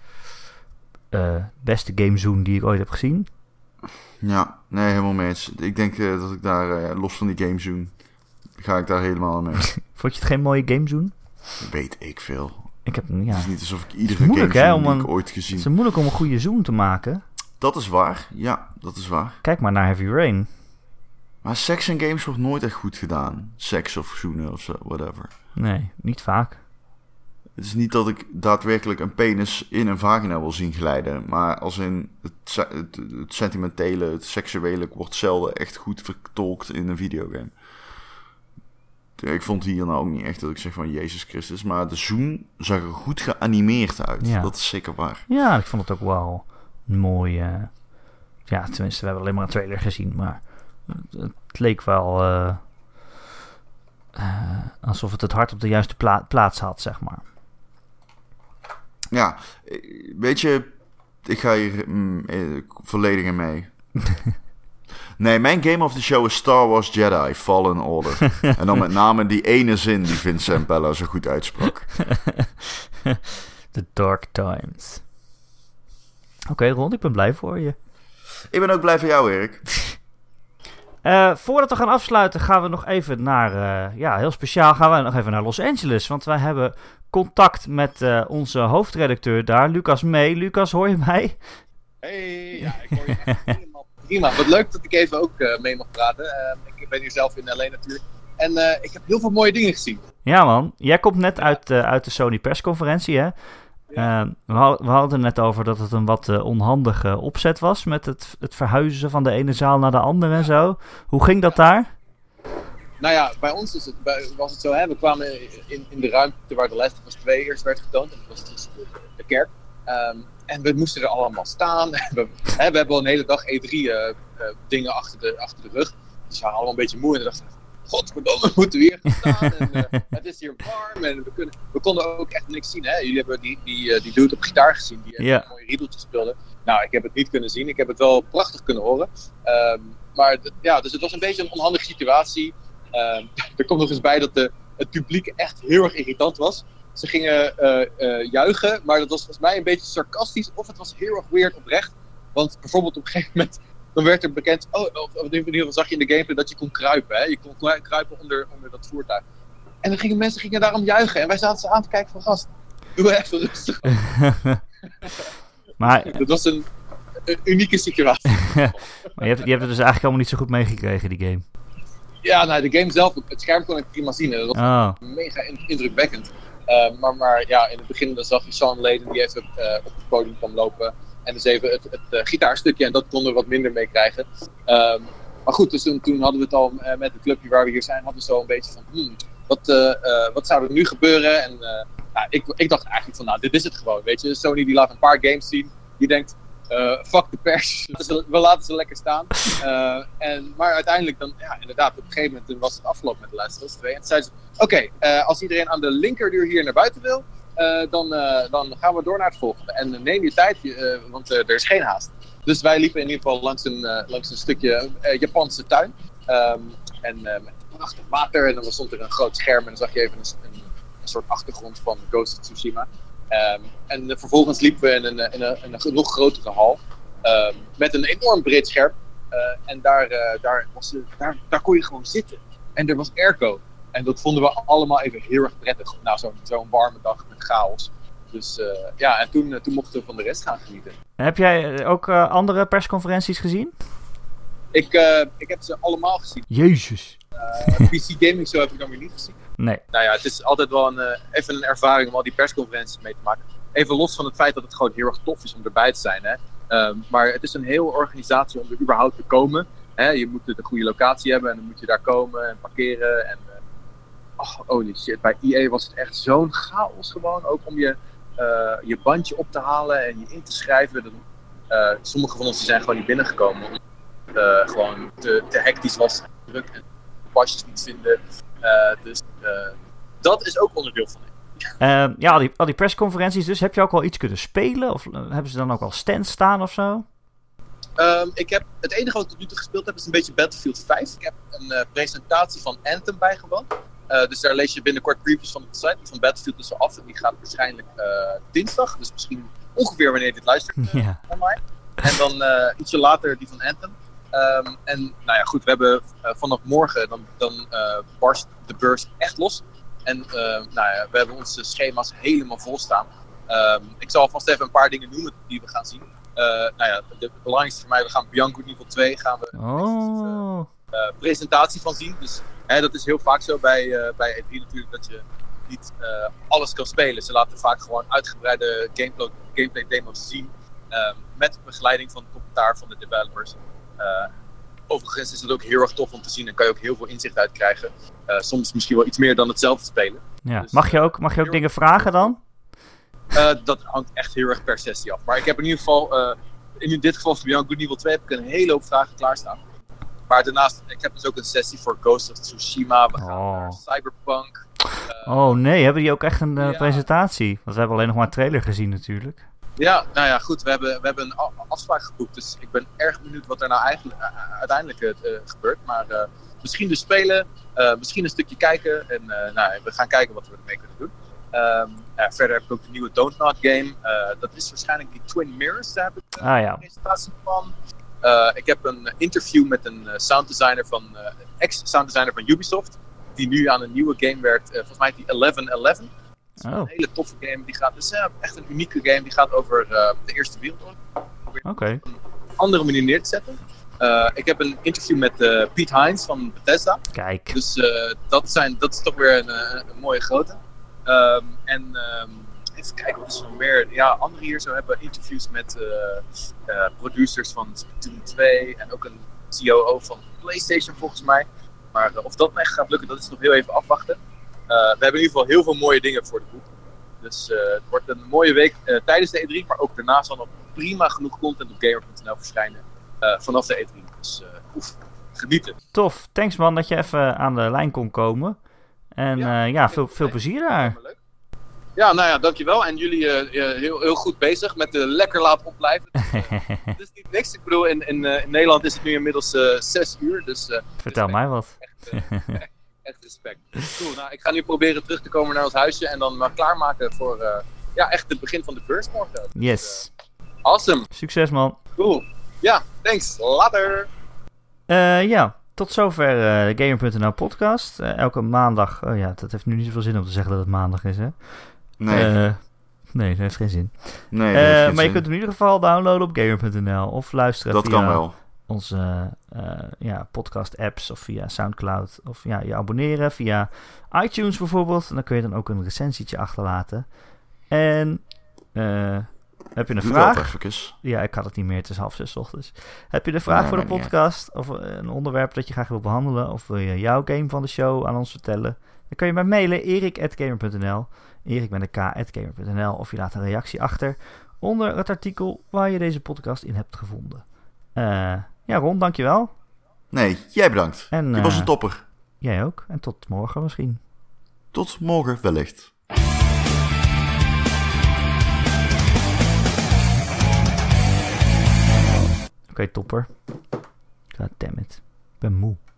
beste gamezoom die ik ooit heb gezien. Ja, nee, helemaal mee eens. Ik denk dat ik daar, los van die gamezoom, ga ik daar helemaal mee. Vond je het geen mooie gamezoom? Weet ik veel. Ik heb, Het is niet alsof ik iedere gamezoom die ik ooit gezien. Het is moeilijk om een goede zoom te maken. Dat is waar, ja, dat is waar. Kijk maar naar Heavy Rain. Maar seks in games wordt nooit echt goed gedaan. Seks of zoenen of zo, whatever. Nee, niet vaak. Het is niet dat ik daadwerkelijk een penis in een vagina wil zien glijden. Maar als in het sentimentele, het seksuele wordt zelden echt goed vertolkt in een videogame. Ik vond hier nou ook niet echt dat ik zeg van Jezus Christus. Maar de zoom zag er goed geanimeerd uit. Ja. Dat is zeker waar. Ja, ik vond het ook wel mooi. Ja, tenminste, we hebben alleen maar een trailer gezien. Maar het leek wel alsof het hart op de juiste plaats had, zeg maar. Ja, weet je, ik ga hier volledig in mee. Nee, mijn game of the show is Star Wars Jedi Fallen Order. En dan met name die ene zin die Vincent Bella zo goed uitsprak. The Dark Times. Oké, Ron, ik ben blij voor je. Ik ben ook blij voor jou, Erik. Voordat we gaan afsluiten gaan we nog even naar... heel speciaal gaan we nog even naar Los Angeles. Want wij hebben contact met onze hoofdredacteur daar, Lucas May. Lucas, hoor je mij? Hey, ja, ik hoor je helemaal prima. Wat leuk dat ik even ook mee mag praten. Ik ben hier zelf in LA natuurlijk. En ik heb heel veel mooie dingen gezien. Ja man, jij komt net uit de Sony persconferentie, hè? Ja. We hadden het net over dat het een wat onhandige opzet was met het verhuizen van de ene zaal naar de andere en zo. Hoe ging dat daar? Nou ja, bij ons was het zo, hè, we kwamen in de ruimte waar The Last of Us 2 eerst werd getoond. En dat was dus de kerk. En we moesten er allemaal staan. We hebben al een hele dag E3 dingen achter de rug. Dus we waren allemaal een beetje moe en dachten, godverdomme, we moeten weer gaan staan. En, het is hier warm en we konden ook echt niks zien. Hè? Jullie hebben die dude op gitaar gezien die een mooie riedeltje speelde. Nou, ik heb het niet kunnen zien. Ik heb het wel prachtig kunnen horen. Dus het was een beetje een onhandige situatie. Er komt nog eens bij dat het publiek echt heel erg irritant was. Ze gingen juichen, maar dat was volgens mij een beetje sarcastisch. Of het was heel erg weird oprecht. Want bijvoorbeeld op een gegeven moment... Dan werd er bekend, in ieder geval zag je in de gameplay dat je kon kruipen. Hè? Je kon kruipen onder dat voertuig. En dan mensen gingen daarom juichen. En wij zaten ze aan te kijken van gast, doe even rustig. Maar dat was een unieke situatie. Maar je hebt het dus eigenlijk allemaal niet zo goed meegekregen, die game. Ja, nou, de game zelf, het scherm kon ik prima zien. Dat was mega indrukwekkend. Maar ja, in het begin dan zag je Sean Layden die even op het podium kwam lopen. En dus even het gitaarstukje en dat konden we wat minder mee krijgen. Maar goed, dus toen hadden we het al met het clubje waar we hier zijn, hadden we zo een beetje van, wat zou er nu gebeuren? En ik dacht eigenlijk van, nou, dit is het gewoon, weet je. Sony die laat een paar games zien, die denkt, fuck de pers, we laten ze lekker staan. Maar uiteindelijk dan, ja, inderdaad, op een gegeven moment was het afgelopen met de Last of Us 2. En toen zeiden ze, oké, als iedereen aan de linkerduur hier naar buiten wil, dan gaan we door naar het volgende. En neem je tijd, want er is geen haast. Dus wij liepen in ieder geval langs een stukje Japanse tuin. Met prachtig water. En dan stond er een groot scherm en dan zag je even een soort achtergrond van Ghost of Tsushima. En vervolgens liepen we in een nog grotere hal. Met een enorm breed scherm. En daar kon je gewoon zitten. En er was airco. En dat vonden we allemaal even heel erg prettig. Na zo'n warme dag met chaos. Dus en toen mochten we van de rest gaan genieten. Heb jij ook andere persconferenties gezien? Ik heb ze allemaal gezien. Jezus. PC Gaming Show heb ik dan weer niet gezien. Nee. Nou ja, het is altijd wel even een ervaring om al die persconferenties mee te maken. Even los van het feit dat het gewoon heel erg tof is om erbij te zijn. Hè? Maar het is een hele organisatie om er überhaupt te komen. Hè? Je moet de goede locatie hebben en dan moet je daar komen en parkeren. En holy shit, bij EA was het echt zo'n chaos gewoon. Ook om je bandje op te halen en je in te schrijven. Sommige van ons zijn gewoon niet binnengekomen. Omdat het gewoon te hectisch was en druk en pasjes niet vinden. Dus dat is ook onderdeel van het. Al die persconferenties dus. Heb je ook wel iets kunnen spelen? Of hebben ze dan ook al stands staan of zo? Het enige wat ik tot nu toe gespeeld heb is een beetje Battlefield 5. Ik heb een presentatie van Anthem bijgewoond. Dus daar lees je binnenkort previews van op de site. Die van Battlefield is al af en die gaat waarschijnlijk dinsdag. Dus misschien ongeveer wanneer je dit luistert online. En dan ietsje later die van Anthem. En nou ja, goed, we hebben vanaf morgen, dan barst de beurs echt los. En we hebben onze schema's helemaal vol staan. Ik zal alvast even een paar dingen noemen die we gaan zien. De belangrijkste voor mij, we gaan Beyond Good Evil 2 presentatie van zien. Dus dat is heel vaak zo bij E3 natuurlijk, dat je niet alles kan spelen. Ze laten vaak gewoon uitgebreide gameplay demo's zien. Met begeleiding van commentaar van de developers. Overigens is het ook heel erg tof om te zien en kan je ook heel veel inzicht uit krijgen. Soms misschien wel iets meer dan hetzelfde spelen. Ja. Dus, mag je ook dingen vragen dan? Dat hangt echt heel erg per sessie af. Maar ik heb in ieder geval, in dit geval voor Beyond Good Evil 2 heb ik een hele hoop vragen klaarstaan. Maar daarnaast, ik heb dus ook een sessie voor Ghost of Tsushima. We gaan naar Cyberpunk. Hebben die ook echt een presentatie? Want we hebben alleen nog maar een trailer gezien natuurlijk. Ja, nou ja, goed. We hebben een afspraak geboekt. Dus ik ben erg benieuwd wat er nou uiteindelijk gebeurt. Maar misschien dus spelen, misschien een stukje kijken. En we gaan kijken wat we ermee kunnen doen. Verder heb ik ook de nieuwe Don't Nod game. Dat is waarschijnlijk die Twin Mirrors. Daar heb ik een presentatie van. Ik heb een interview met een sounddesigner ex-sounddesigner van Ubisoft. Die nu aan een nieuwe game werkt. Volgens mij die 1111. Het is een hele toffe game. Het is echt een unieke game. Die gaat over de Eerste Wereldoorlog. Probeer op een andere manier neer te zetten. Ik heb een interview met Piet Heinz van Bethesda. Kijk. Dus dat is toch weer een mooie grote. Even kijken, wat is er nog meer? Ja, anderen hier zo hebben interviews met producers van Splatoon 2 en ook een COO van PlayStation volgens mij. Maar of dat me echt gaat lukken, dat is nog heel even afwachten. We hebben in ieder geval heel veel mooie dingen voor de boek. Dus het wordt een mooie week tijdens de E3, maar ook daarna zal nog prima genoeg content op gamer.nl verschijnen vanaf de E3. Dus genieten. Tof, thanks man dat je even aan de lijn kon komen. En veel plezier daar. Ja, nou ja, dankjewel. En jullie heel goed bezig met de lekker laten opblijven. Het is niet niks. Ik bedoel, in Nederland is het nu inmiddels 6 uur. Dus, vertel mij wat. Echt respect. Cool, nou, ik ga nu proberen terug te komen naar ons huisje en dan maar klaarmaken voor echt het begin van de beurs morgen. Dus, yes. Awesome. Succes man. Cool. Ja, thanks. Later. Tot zover de Gamer.nl podcast. Elke maandag. Dat heeft nu niet zoveel zin om te zeggen dat het maandag is, hè? Nee. Nee, dat heeft geen zin. Nee, maar je kunt hem in ieder geval downloaden op Gamer.nl of luisteren dat via kan wel. Onze podcast apps of via Soundcloud. Of je abonneren via iTunes bijvoorbeeld. En dan kun je dan ook een recensietje achterlaten. En heb je een vraag? Ja, ik had het niet meer. Het is 5:30 ochtends. Heb je een vraag voor de podcast? Of een onderwerp dat je graag wil behandelen? Of wil je jouw game van de show aan ons vertellen? Dan kun je mij mailen. Erik@gamer.nl Erik met een k@gamer.nl Of je laat een reactie achter onder het artikel waar je deze podcast in hebt gevonden. Ja, Ron, dankjewel. Nee, jij bedankt. Je was een topper. Jij ook. En tot morgen misschien. Tot morgen wellicht. Oké, topper. God damn it. Ik ben moe.